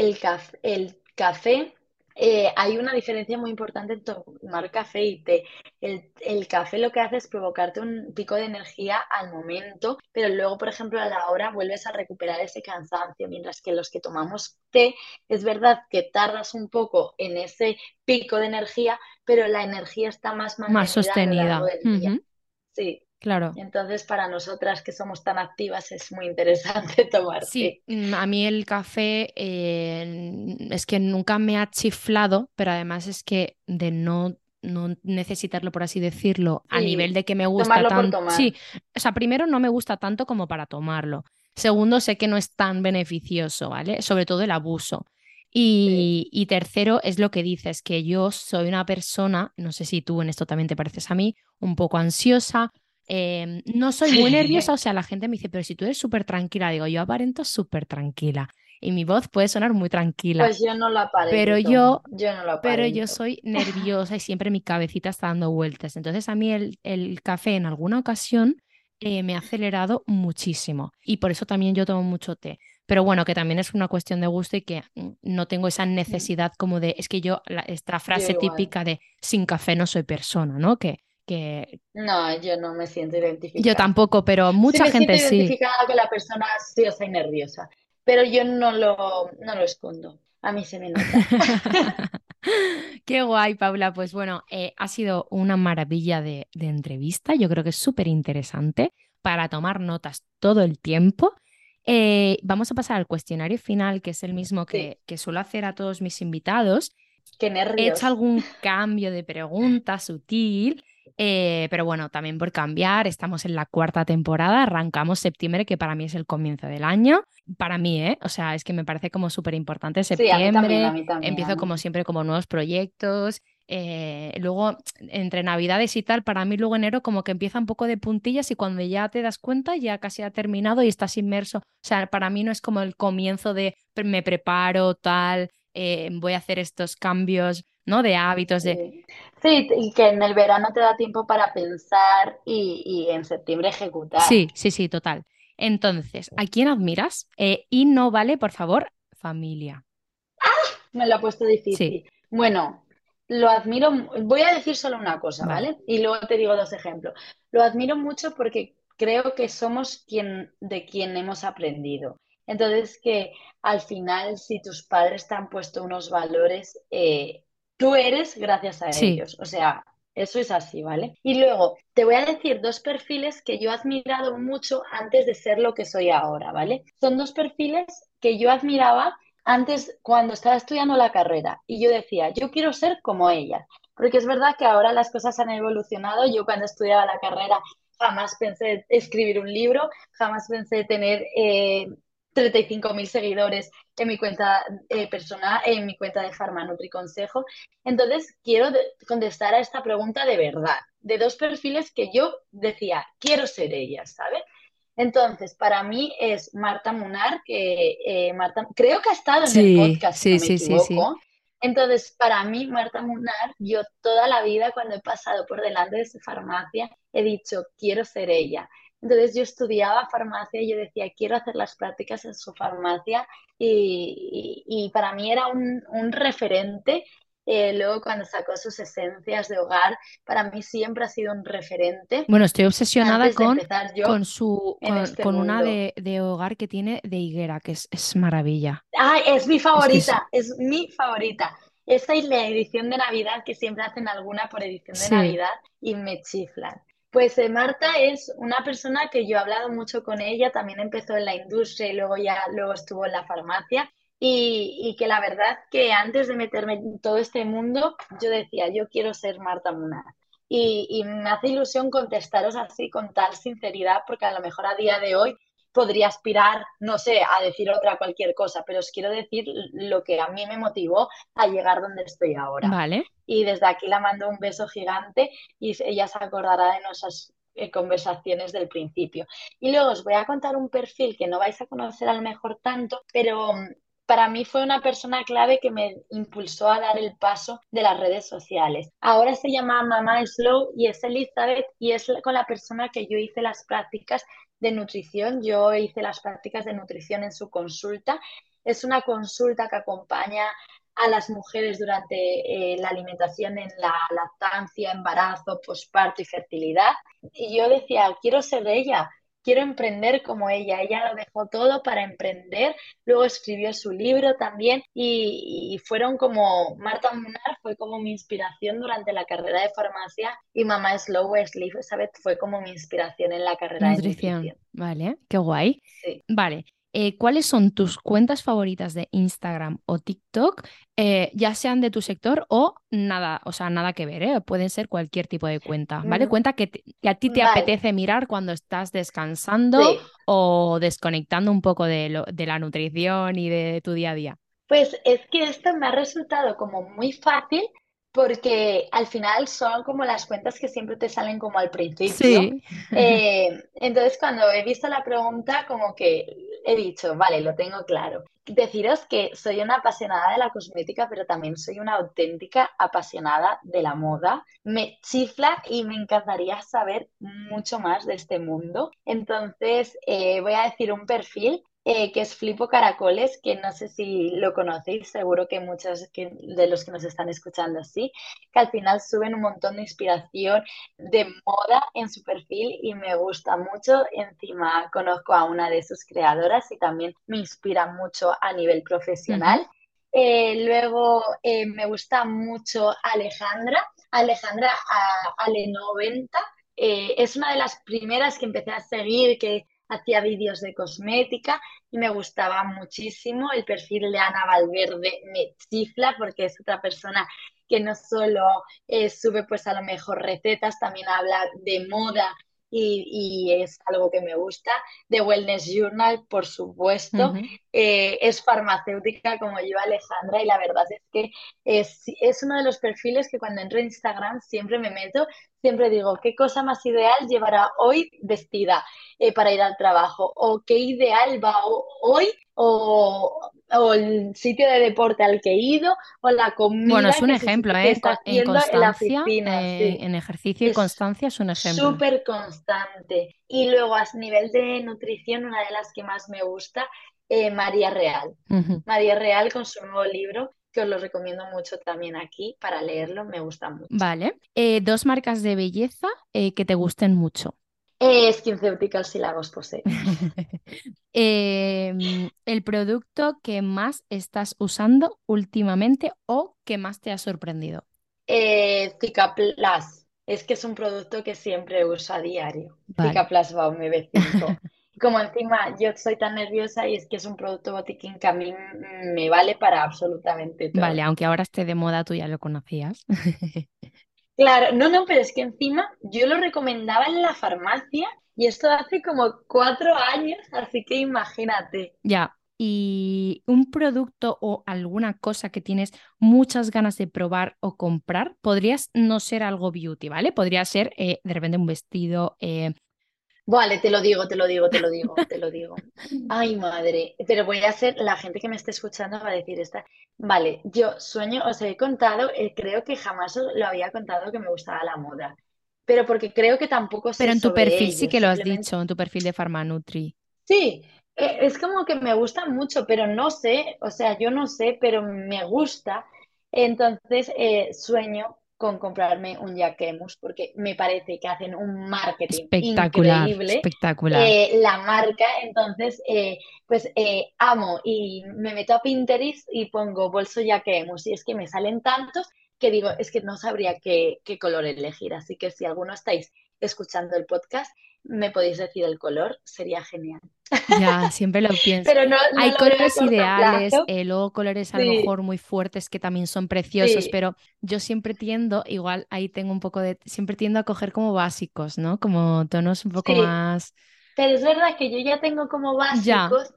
El café, hay una diferencia muy importante en tomar café y té. El café lo que hace es provocarte un pico de energía al momento, pero luego, por ejemplo, a la hora vuelves a recuperar ese cansancio, mientras que los que tomamos té, es verdad que tardas un poco en ese pico de energía, pero la energía está más Más mantenida a lo largo sostenida. del día. Ujú, Sí. claro. Entonces, para nosotras que somos tan activas es muy interesante tomar Sí, té. a mí el café es que nunca me ha chiflado, pero además es que de no necesitarlo, por así decirlo, a nivel Sí, de que me gusta tomarlo por tanto. tomar. Sí, o sea, primero no me gusta tanto como para tomarlo. Segundo, sé que no es tan beneficioso, ¿vale? Sobre todo el abuso. Sí, Y tercero, es lo que dices, que yo soy una persona, no sé si tú en esto también te pareces a mí, un poco ansiosa. No soy muy nerviosa, o sí. sea, la gente me dice, pero si tú eres súper tranquila, digo, yo aparento súper tranquila y mi voz puede sonar muy tranquila, Pues yo no lo pero aparento. yo, Yo no lo pero yo aparento. soy nerviosa y siempre mi cabecita está dando vueltas. Entonces a mí el café en alguna ocasión me ha acelerado muchísimo y por eso también yo tomo mucho té. Pero bueno, que también es una cuestión de gusto y que no tengo esa necesidad como de, es que yo, esta Yo frase igual. típica de sin café no soy persona, ¿no? Que No, yo no me siento yo identificada. tampoco, pero Sí mucha me siento gente sí. identificada con la persona ansiosa y nerviosa, pero yo no lo escondo. A mí se me nota. Qué guay, Paula. Pues bueno, ha sido una maravilla de entrevista. Yo creo que es súper interesante para tomar notas todo el tiempo. Vamos a pasar al cuestionario final, que es el mismo Sí, que suelo hacer a todos mis invitados. qué He hecho nervios. algún cambio de pregunta sutil, pero bueno, también por cambiar, estamos en la cuarta temporada, arrancamos septiembre, que para mí es el comienzo del año. Para mí, ¿eh? O sea, es que me parece como súper importante Sí, a mí también, a septiembre, mí empiezo como también. siempre como nuevos proyectos. Luego, entre Navidades y tal, para mí luego enero como que empieza un poco de puntillas y cuando ya te das cuenta ya casi ha terminado y estás inmerso. O sea, para mí no es como el comienzo de me preparo, tal, voy a hacer estos cambios, ¿no? De hábitos, de... Sí. Sí, y que en el verano te da tiempo para pensar y en septiembre ejecutar. Sí, sí, sí, total. Entonces, ¿a quién admiras? Y no vale, por favor, familia. Me lo ha puesto Sí, difícil. Bueno, lo admiro, voy a decir solo una cosa, vale. ¿vale? Y luego te digo dos ejemplos. Lo admiro mucho porque creo que somos de quien hemos aprendido. Entonces, que al final, si tus padres te han puesto unos valores, tú eres gracias a Sí, ellos. O sea, Eso es así, ¿vale? Y luego te voy a decir dos perfiles que yo he admirado mucho antes de ser lo que soy ahora, ¿vale? Son dos perfiles que yo admiraba antes cuando estaba estudiando la carrera y yo decía, yo quiero ser como ella, porque es verdad que ahora las cosas han evolucionado. Yo cuando estudiaba la carrera jamás pensé escribir un libro, jamás pensé tener 35.000 seguidores en mi cuenta personal, en mi cuenta de Farma Nutri Consejo. Entonces, quiero contestar a esta pregunta de verdad, de dos perfiles que yo decía, quiero ser ella, ¿sabes? Entonces, para mí es Marta Munar, que Marta, creo que ha estado en el Sí, podcast, si sí, no me sí, sí, sí. equivoco. Entonces, para mí, Marta Munar, yo toda la vida cuando he pasado por delante de su farmacia, he dicho, quiero ser ella. Entonces, yo estudiaba farmacia y yo decía, quiero hacer las prácticas en su farmacia y para mí era un referente. Luego, cuando sacó sus esencias de hogar, para mí siempre ha sido un referente Bueno, estoy obsesionada antes de empezar yo en este con una mundo. de hogar que tiene de higuera, que es maravilla. ¡Ay, es mi Es que es, favorita! Es mi favorita. Esta y la edición de Navidad, que siempre hacen alguna por edición de sí. Navidad y me chiflan. Pues Marta es una persona que yo he hablado mucho con ella, también empezó en la industria y luego estuvo en la farmacia y que la verdad que antes de meterme en todo este mundo, yo decía, yo quiero ser Marta Munar. Y me hace ilusión contestaros así con tal sinceridad, porque a lo mejor a día de hoy podría aspirar, no sé, a decir otra cualquier cosa, pero os quiero decir lo que a mí me motivó a llegar donde estoy ahora. Vale. Y desde aquí la mando un beso gigante y ella se acordará de nuestras conversaciones del principio. Y luego os voy a contar un perfil que no vais a conocer a lo mejor tanto, pero para mí fue una persona clave que me impulsó a dar el paso de las redes sociales. Ahora se llama Mamá Slow y es Elizabeth y es con la persona que yo hice las prácticas de nutrición. Yo hice las prácticas de nutrición en su consulta. Es una consulta que acompaña a las mujeres durante la alimentación en la lactancia, embarazo, posparto y fertilidad. Y yo decía, quiero ser ella, quiero emprender como ella. Ella lo dejó todo para emprender, luego escribió su libro también y fueron como, Marta Munar fue como mi inspiración durante la carrera de farmacia y Mamá Slow Elizabeth fue como mi inspiración en la carrera de Nutrición. nutrición. Vale, qué guay. Sí. Vale. ¿Cuáles son tus cuentas favoritas de Instagram o TikTok? Ya sean de tu sector o nada, o sea, nada que ver, ¿eh? Pueden ser cualquier tipo de cuenta, ¿vale? Mm, Cuenta que a ti te vale, apetece mirar cuando estás descansando sí. o desconectando un poco de la nutrición y de tu día a día. Pues es que esto me ha resultado como muy fácil porque al final son como las cuentas que siempre te salen como al principio. Sí. Entonces cuando he visto la pregunta como que he dicho, vale, lo tengo claro. Deciros que soy una apasionada de la cosmética, pero también soy una auténtica apasionada de la moda. Me chifla y me encantaría saber mucho más de este mundo. Entonces voy a decir un perfil que es Flipo Caracoles, que no sé si lo conocéis, seguro que muchos de los que nos están escuchando sí, que al final suben un montón de inspiración de moda en su perfil y me gusta mucho. Encima conozco a una de sus creadoras y también me inspira mucho a nivel Ujú. profesional. Luego me gusta mucho Alejandra Ale90. Es una de las primeras que empecé a seguir, que hacía vídeos de cosmética y me gustaba muchísimo. El perfil de Ana Valverde me chifla porque es otra persona que no solo sube pues a lo mejor recetas, también habla de moda y es algo que me gusta. The Wellness Journal, por supuesto. Ujú. Es farmacéutica como yo, Alejandra, y la verdad es que es uno de los perfiles que cuando entro en Instagram siempre me meto, siempre digo, ¿qué cosa más ideal llevará hoy vestida para ir al trabajo? ¿O qué ideal va hoy? O el sitio de deporte al que he ido, o la Bueno, es comida un que, ejemplo, que ¿eh? está En haciendo en la constancia, oficina, sí. en ejercicio y Es constancia es un ejemplo. súper constante. Y luego a nivel de nutrición, una de las que más me gusta, María Real. Ujú. María Real con su nuevo libro, que os lo recomiendo mucho también aquí para leerlo, me gusta mucho. Vale. Dos marcas de belleza que te gusten mucho. SkinCeuticals y Lagos Posay. El producto que más estás usando últimamente o que más te ha sorprendido. Cicaplas. es que es un producto que siempre uso a diario. Vale. Cicaplast Balm B5. Como encima yo soy tan nerviosa y es que es un producto botiquín que a mí me vale para absolutamente Vale, todo. aunque ahora esté de moda, tú ya lo conocías. Claro, no, no, pero es que encima yo lo recomendaba en la farmacia y esto hace como 4 años, así que imagínate. Ya. ¿Y un producto o alguna cosa que tienes muchas ganas de probar o comprar? Podrías no ser algo beauty, ¿vale? Podría ser de repente un vestido. Vale, te lo digo, te lo digo, te lo digo, te lo digo. Ay, madre, pero voy a ser, la gente que me esté escuchando va a decir esta. Vale, yo sueño, os he contado, creo que jamás os lo había contado que me gustaba la moda, pero porque creo que tampoco Pero sé en tu sobre perfil sí ello, que lo has simplemente dicho, en tu perfil de Farmanutri. sí, es como que me gusta mucho, pero no sé, o sea, yo no sé, pero me gusta. Entonces, sueño con comprarme un Jacquemus porque me parece que hacen un marketing Espectacular, increíble, espectacular. la marca. Entonces, pues amo y me meto a Pinterest y pongo bolso Jacquemus y es que me salen tantos que digo, es que no sabría qué color elegir. Así que si alguno estáis escuchando el podcast, me podéis decir el color, sería genial. Ya, siempre lo pienso. Pero no, no Hay lo veo a colores corto ideales, plazo. luego colores a lo Sí, mejor muy fuertes que también son preciosos, sí, pero yo siempre tiendo, igual ahí tengo un poco de, siempre tiendo a coger como básicos, ¿no? Como tonos un poco sí. más, Pero es verdad que yo ya tengo como ya, básicos,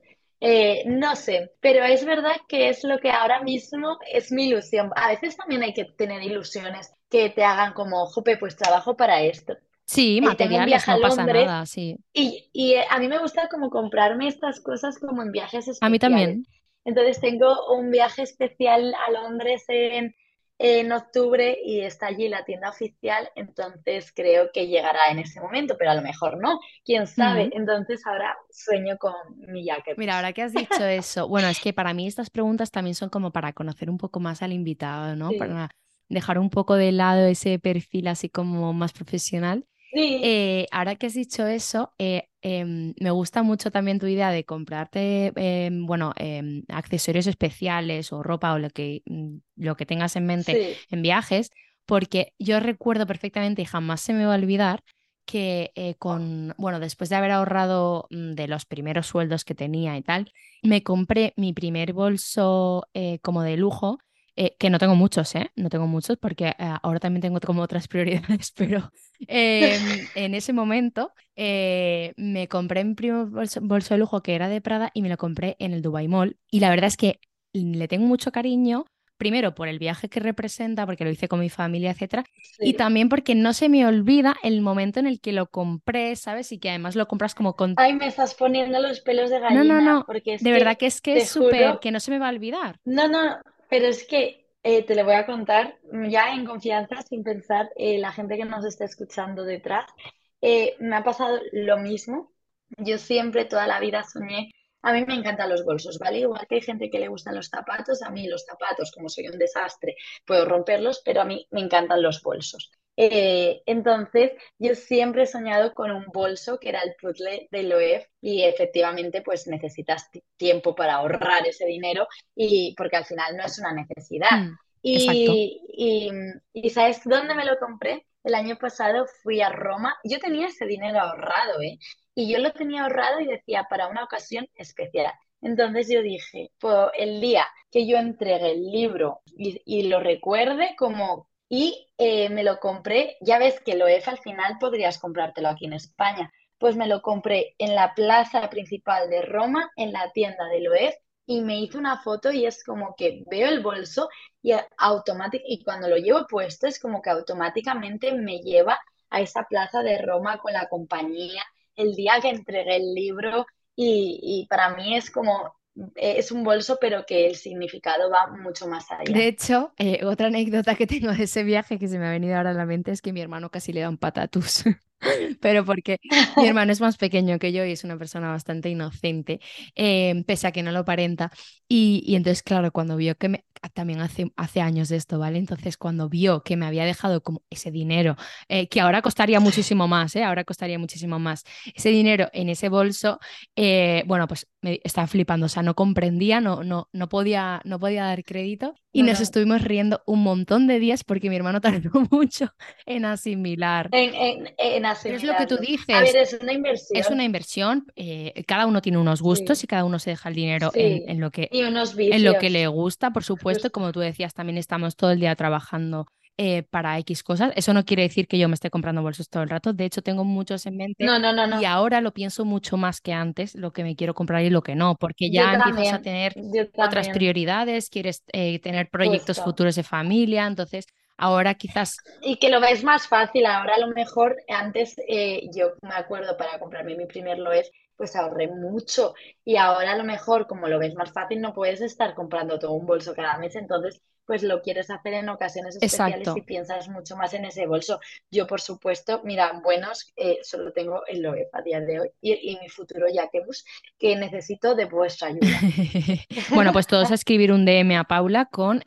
no sé, pero es verdad que es lo que ahora mismo es mi ilusión. A veces también hay que tener ilusiones que te hagan como, jope, pues trabajo para esto. sí, Tengo un materiales, viaje a no pasa Londres nada, sí. y a mí me gusta como comprarme estas cosas como en viajes A mí especiales. también. Entonces tengo un viaje especial a Londres en octubre y está allí la tienda oficial, entonces creo que llegará en ese momento, pero a lo mejor no, quién sabe. Mm. Entonces ahora sueño con mi Mira, Jacquemus. ahora que has dicho eso, bueno, es que para mí estas preguntas también son como para conocer un poco más al invitado, ¿no? Sí, Para dejar un poco de lado ese perfil así como más profesional. sí, Ahora que has dicho eso, me gusta mucho también tu idea de comprarte, bueno, accesorios especiales o ropa o lo que tengas en mente sí. en viajes, porque yo recuerdo perfectamente y jamás se me va a olvidar que bueno, después de haber ahorrado de los primeros sueldos que tenía y tal, me compré mi primer bolso como de lujo. Que no tengo muchos, ¿eh? No tengo muchos porque ahora también tengo como otras prioridades, pero en ese momento me compré mi primer bolso de lujo que era de Prada y me lo compré en el Dubai Mall. Y la verdad es que le tengo mucho cariño, primero por el viaje que representa, porque lo hice con mi familia, etcétera, y Sí. también porque no se me olvida el momento en el que lo compré, ¿sabes? Y que además lo compras como con... Ay, me estás poniendo los pelos de No, no, gallina, no, porque es de verdad que que es te súper, juro. que no se me va a olvidar. No, no, pero es que te lo voy a contar ya en confianza, sin pensar, la gente que nos está escuchando detrás. Me ha pasado lo mismo. Yo siempre, toda la vida soñé. A mí me encantan los bolsos, ¿vale? Igual que hay gente que le gustan los zapatos, a mí los zapatos, como soy un desastre, puedo romperlos, pero a mí me encantan los bolsos. Entonces, yo siempre he soñado con un bolso que era el puzzle de Loewe y efectivamente pues necesitas tiempo para ahorrar ese dinero y porque al final no es una necesidad. Mm, exacto. Y ¿sabes dónde me lo compré? El año pasado fui a Roma. Yo tenía ese dinero ahorrado, ¿eh? Y yo lo tenía ahorrado y decía para una ocasión especial. Entonces yo dije, pues el día que yo entregue el libro y lo recuerde como... Y me lo compré, ya ves que lo EF al final podrías comprártelo aquí en España, pues me lo compré en la plaza principal de Roma, en la tienda de Loewe, y me hice una foto y es como que veo el bolso y y cuando lo llevo puesto es como que automáticamente me lleva a esa plaza de Roma con la compañía, el día que entregué el libro y para mí es como, es un bolso pero que el significado va mucho más De allá. hecho, otra anécdota que tengo de ese viaje que se me ha venido ahora a la mente es que mi hermano casi le da un patatús. pero porque mi hermano es más pequeño que yo y es una persona bastante inocente, pese a que no lo aparenta. Y entonces, claro, cuando vio que también hace años de esto, ¿vale? Entonces, cuando vio que me había dejado como ese dinero, que ahora costaría muchísimo más, ¿eh? Ahora costaría muchísimo más, ese dinero en ese bolso, bueno, pues me estaba flipando, o sea, no comprendía, no podía dar crédito y No, nos no. estuvimos riendo un montón de días porque mi hermano tardó mucho en asimilar. En Pero es lo que tú asimilarlo. A ver, dices, es una es una inversión. inversión, cada uno tiene unos gustos y Sí, cada uno se deja el dinero en, sí. en lo que, Y unos en lo que le vicios, gusta, por supuesto. justo. Como tú decías, también estamos todo el día trabajando para X cosas. Eso no quiere decir que yo me esté comprando bolsos todo el rato. De hecho, tengo muchos en mente No, no, no, y no. ahora lo pienso mucho más que antes, lo que me quiero comprar y lo que no, porque Yo ya empiezas a también, tener yo otras también, prioridades, quieres tener proyectos justo. futuros de familia. Entonces, ahora quizás, Y que lo ves más fácil. Ahora a lo mejor, antes yo me acuerdo para comprarme mi primer Loef, pues ahorré mucho. Y ahora a lo mejor, como lo ves más fácil, no puedes estar comprando todo un bolso cada mes. Entonces, pues lo quieres hacer en ocasiones especiales y exacto. piensas mucho más en ese bolso. Yo, por supuesto, mira, buenos, solo tengo el Loef a día de hoy y mi futuro Jacquemus, que necesito de vuestra ayuda. Bueno, pues todos a escribir un DM a Paula con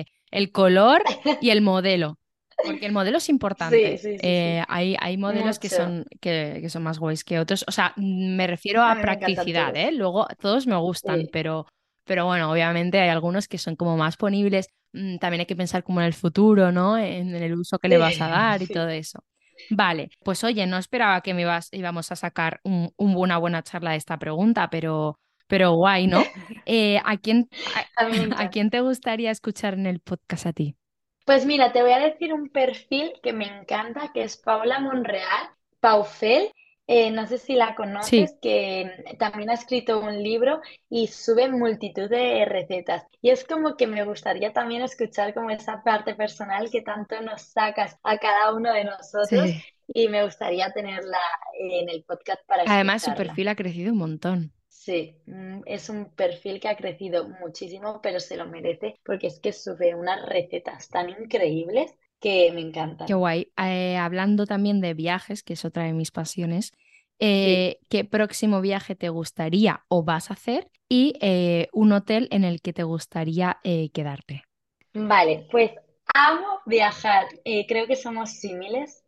el color y el modelo, porque el modelo es Sí, importante. sí, sí, sí. Hay modelos que Mucho. son, que son más guays que otros. O sea, me refiero A a mí me encantan practicidad, ¿eh? todos. Luego, todos me gustan, Sí. pero bueno, obviamente hay algunos que son como más ponibles. También hay que pensar como en el futuro, ¿no? En el uso que le vas a dar y todo Sí. eso. Vale, pues oye, no esperaba que íbamos a sacar una buena charla de esta pregunta, pero guay, ¿no? ¿A quién, a, A mí me a encanta. quién te gustaría escuchar en el podcast a ti? Pues mira, te voy a decir un perfil que me encanta, que es Paula Monreal, Paufel. No sé si la Sí, conoces, que también ha escrito un libro y sube multitud de recetas. Y es como que me gustaría también escuchar como esa parte personal que tanto nos sacas a cada uno de nosotros sí. y me gustaría tenerla en el podcast para Además, su escucharla. perfil ha crecido un montón. Sí, es un perfil que ha crecido muchísimo, pero se lo merece porque es que sube unas recetas tan increíbles que me Qué encantan. guay. Hablando también de viajes, que es otra de mis pasiones, Sí, ¿qué próximo viaje te gustaría o vas a hacer? Y un hotel en el que te gustaría quedarte. vale, pues amo viajar. Creo que somos símiles.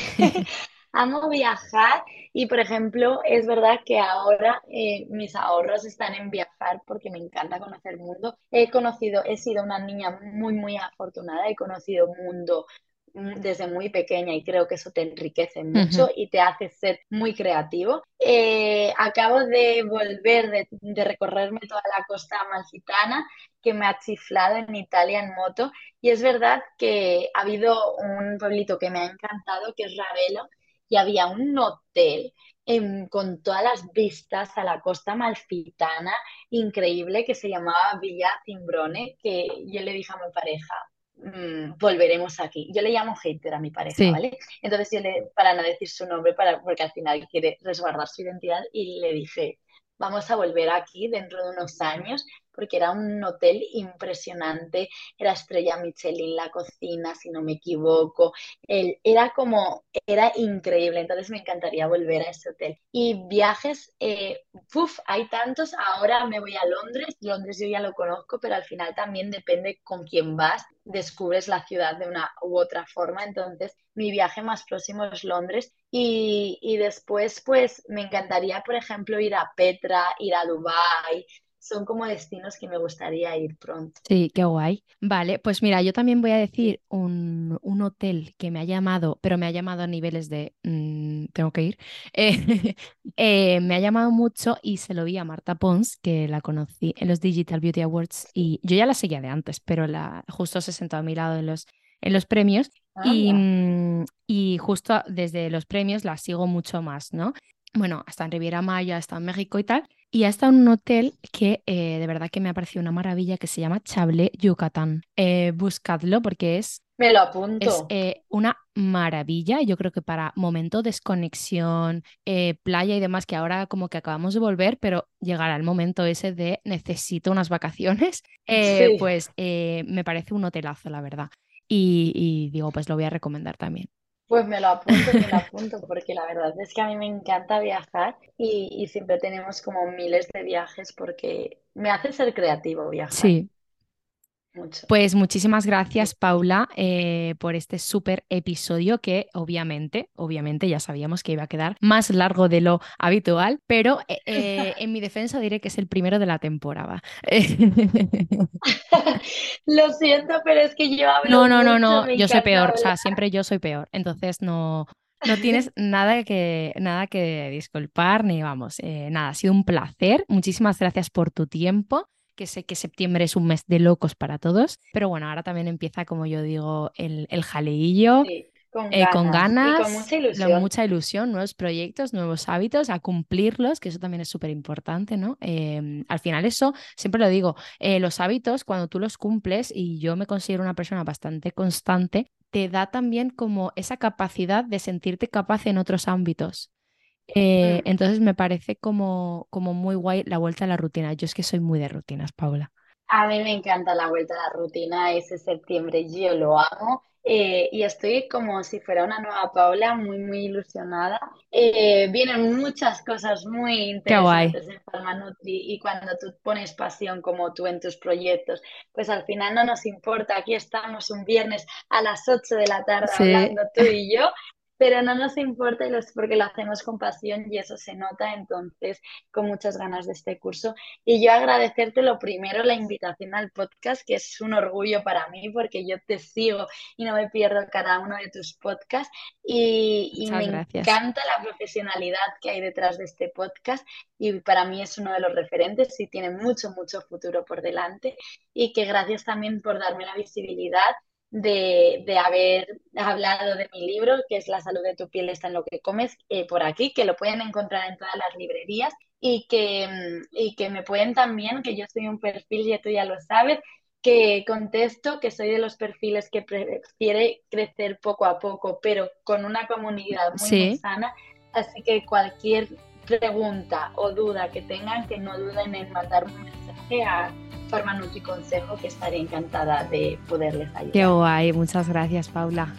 Amo viajar y, por ejemplo, es verdad que ahora mis ahorros están en viajar porque me encanta conocer el mundo. He sido una niña muy, muy afortunada, he conocido mundo desde muy pequeña y creo que eso te enriquece Ujú. mucho y te hace ser muy creativo. Acabo de volver de recorrerme toda la costa amalfitana que me ha chiflado en Italia en moto y es verdad que ha habido un pueblito que me ha encantado que es Ravelo y había un hotel con todas las vistas a la costa amalfitana increíble que se llamaba Villa Timbrone que yo le dije a mi pareja volveremos aquí. Yo le llamo hater a mi pareja, Sí. ¿vale? Entonces para no decir su nombre, porque al final quiere resguardar su identidad, y le dije, vamos a volver aquí dentro de unos años, porque era un hotel impresionante, era estrella Michelin la cocina, si no me equivoco, era increíble, entonces me encantaría volver a ese hotel. Y viajes, hay tantos, ahora me voy a Londres, Londres yo ya lo conozco, pero al final también depende con quién vas, descubres la ciudad de una u otra forma, entonces mi viaje más próximo es Londres y después pues me encantaría, por ejemplo, ir a Petra, ir a Dubái, son como destinos que me gustaría ir pronto. Sí, qué guay. Vale, pues mira, yo también voy a decir Sí. un hotel que me ha llamado, pero me ha llamado a niveles de tengo que ir. Me ha llamado mucho y se lo vi a Marta Pons, que la conocí en los Digital Beauty Awards y yo ya la seguía de antes, pero justo se sentó a mi lado en los premios Anda. y justo desde los premios la sigo mucho más, ¿no? Bueno, hasta en Riviera Maya, hasta en México y tal. Y ha estado en un hotel que de verdad que me ha parecido una maravilla que se llama Chablé Yucatán. Buscadlo porque Me lo es apunto. una maravilla. Yo creo que para momento desconexión, playa y demás, que ahora como que acabamos de volver, pero llegará el momento ese de necesito unas vacaciones, Sí. pues me parece un hotelazo, la verdad. Y digo, pues lo voy a recomendar también. Pues me lo apunto, porque la verdad es que a mí me encanta viajar y siempre tenemos como miles de viajes porque me hace ser creativo viajar Sí. mucho. Pues muchísimas Sí. gracias, Paula, por este súper episodio que obviamente ya sabíamos que iba a quedar más largo de lo habitual, pero en mi defensa diré que es el primero de la temporada. Lo siento, pero es que yo hablo No, no, no, mucho, no, me yo soy encanta peor, o hablar. sea, siempre yo soy peor, entonces no, no tienes nada que disculpar ni vamos, nada, ha sido un placer, muchísimas gracias por tu tiempo, que sé que septiembre es un mes de locos para todos, pero bueno, ahora también empieza, como yo digo, el jaleillo, Sí, con con ganas y con ganas, mucha ilusión. mucha ilusión, nuevos proyectos, nuevos hábitos, a cumplirlos, que eso también es súper importante, ¿no? Al final eso, siempre lo digo, los hábitos, cuando tú los cumples, y yo me considero una persona bastante constante, te da también como esa capacidad de sentirte capaz en otros ámbitos. Mm. Entonces me parece como muy guay la vuelta a la rutina. Yo es que soy muy de rutinas, Paula. A mí me encanta la vuelta a la rutina, ese septiembre yo lo amo y estoy como si fuera una nueva Paula, muy, muy ilusionada. Vienen muchas cosas muy Qué guay. interesantes en Pharma Nutri y cuando tú pones pasión como tú en tus proyectos, pues al final no nos importa, aquí estamos un viernes a las 8 de la tarde Sí, hablando tú y yo. Pero no nos importa porque lo hacemos con pasión y eso se nota, entonces con muchas ganas de este curso. Y yo agradecerte lo primero la invitación al podcast, que es un orgullo para mí porque yo te sigo y no me pierdo cada uno de tus podcasts y muchas me gracias. encanta la profesionalidad que hay detrás de este podcast y para mí es uno de los referentes y tiene mucho, mucho futuro por delante y que gracias también por darme la visibilidad de haber hablado de mi libro, que es La salud de tu piel está en lo que comes, por aquí, que lo pueden encontrar en todas las librerías y que me pueden también, que yo soy un perfil, y tú ya lo sabes, que contesto que soy de los perfiles que prefiere crecer poco a poco, pero con una comunidad muy, muy Sí. sana. Así que cualquier pregunta o duda que tengan, que no duden en mandarme un mensaje a Pharma Nutri Consejo, que estaré encantada de poderles Qué ayudar. guay, muchas gracias, Paula.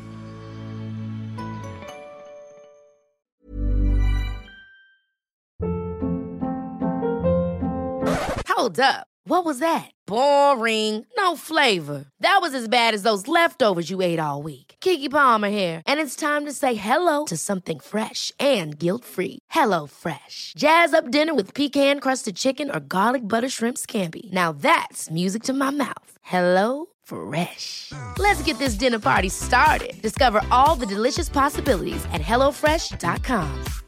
Hold up. What was that? Boring. No flavor. That was as bad as those leftovers you ate all week. Keke Palmer here, and it's time to say hello to something fresh and guilt-free. Hello Fresh. Jazz up dinner with pecan-crusted chicken or garlic butter shrimp scampi. Now that's music to my mouth. Hello Fresh. Let's get this dinner party started. Discover all the delicious possibilities at hellofresh.com.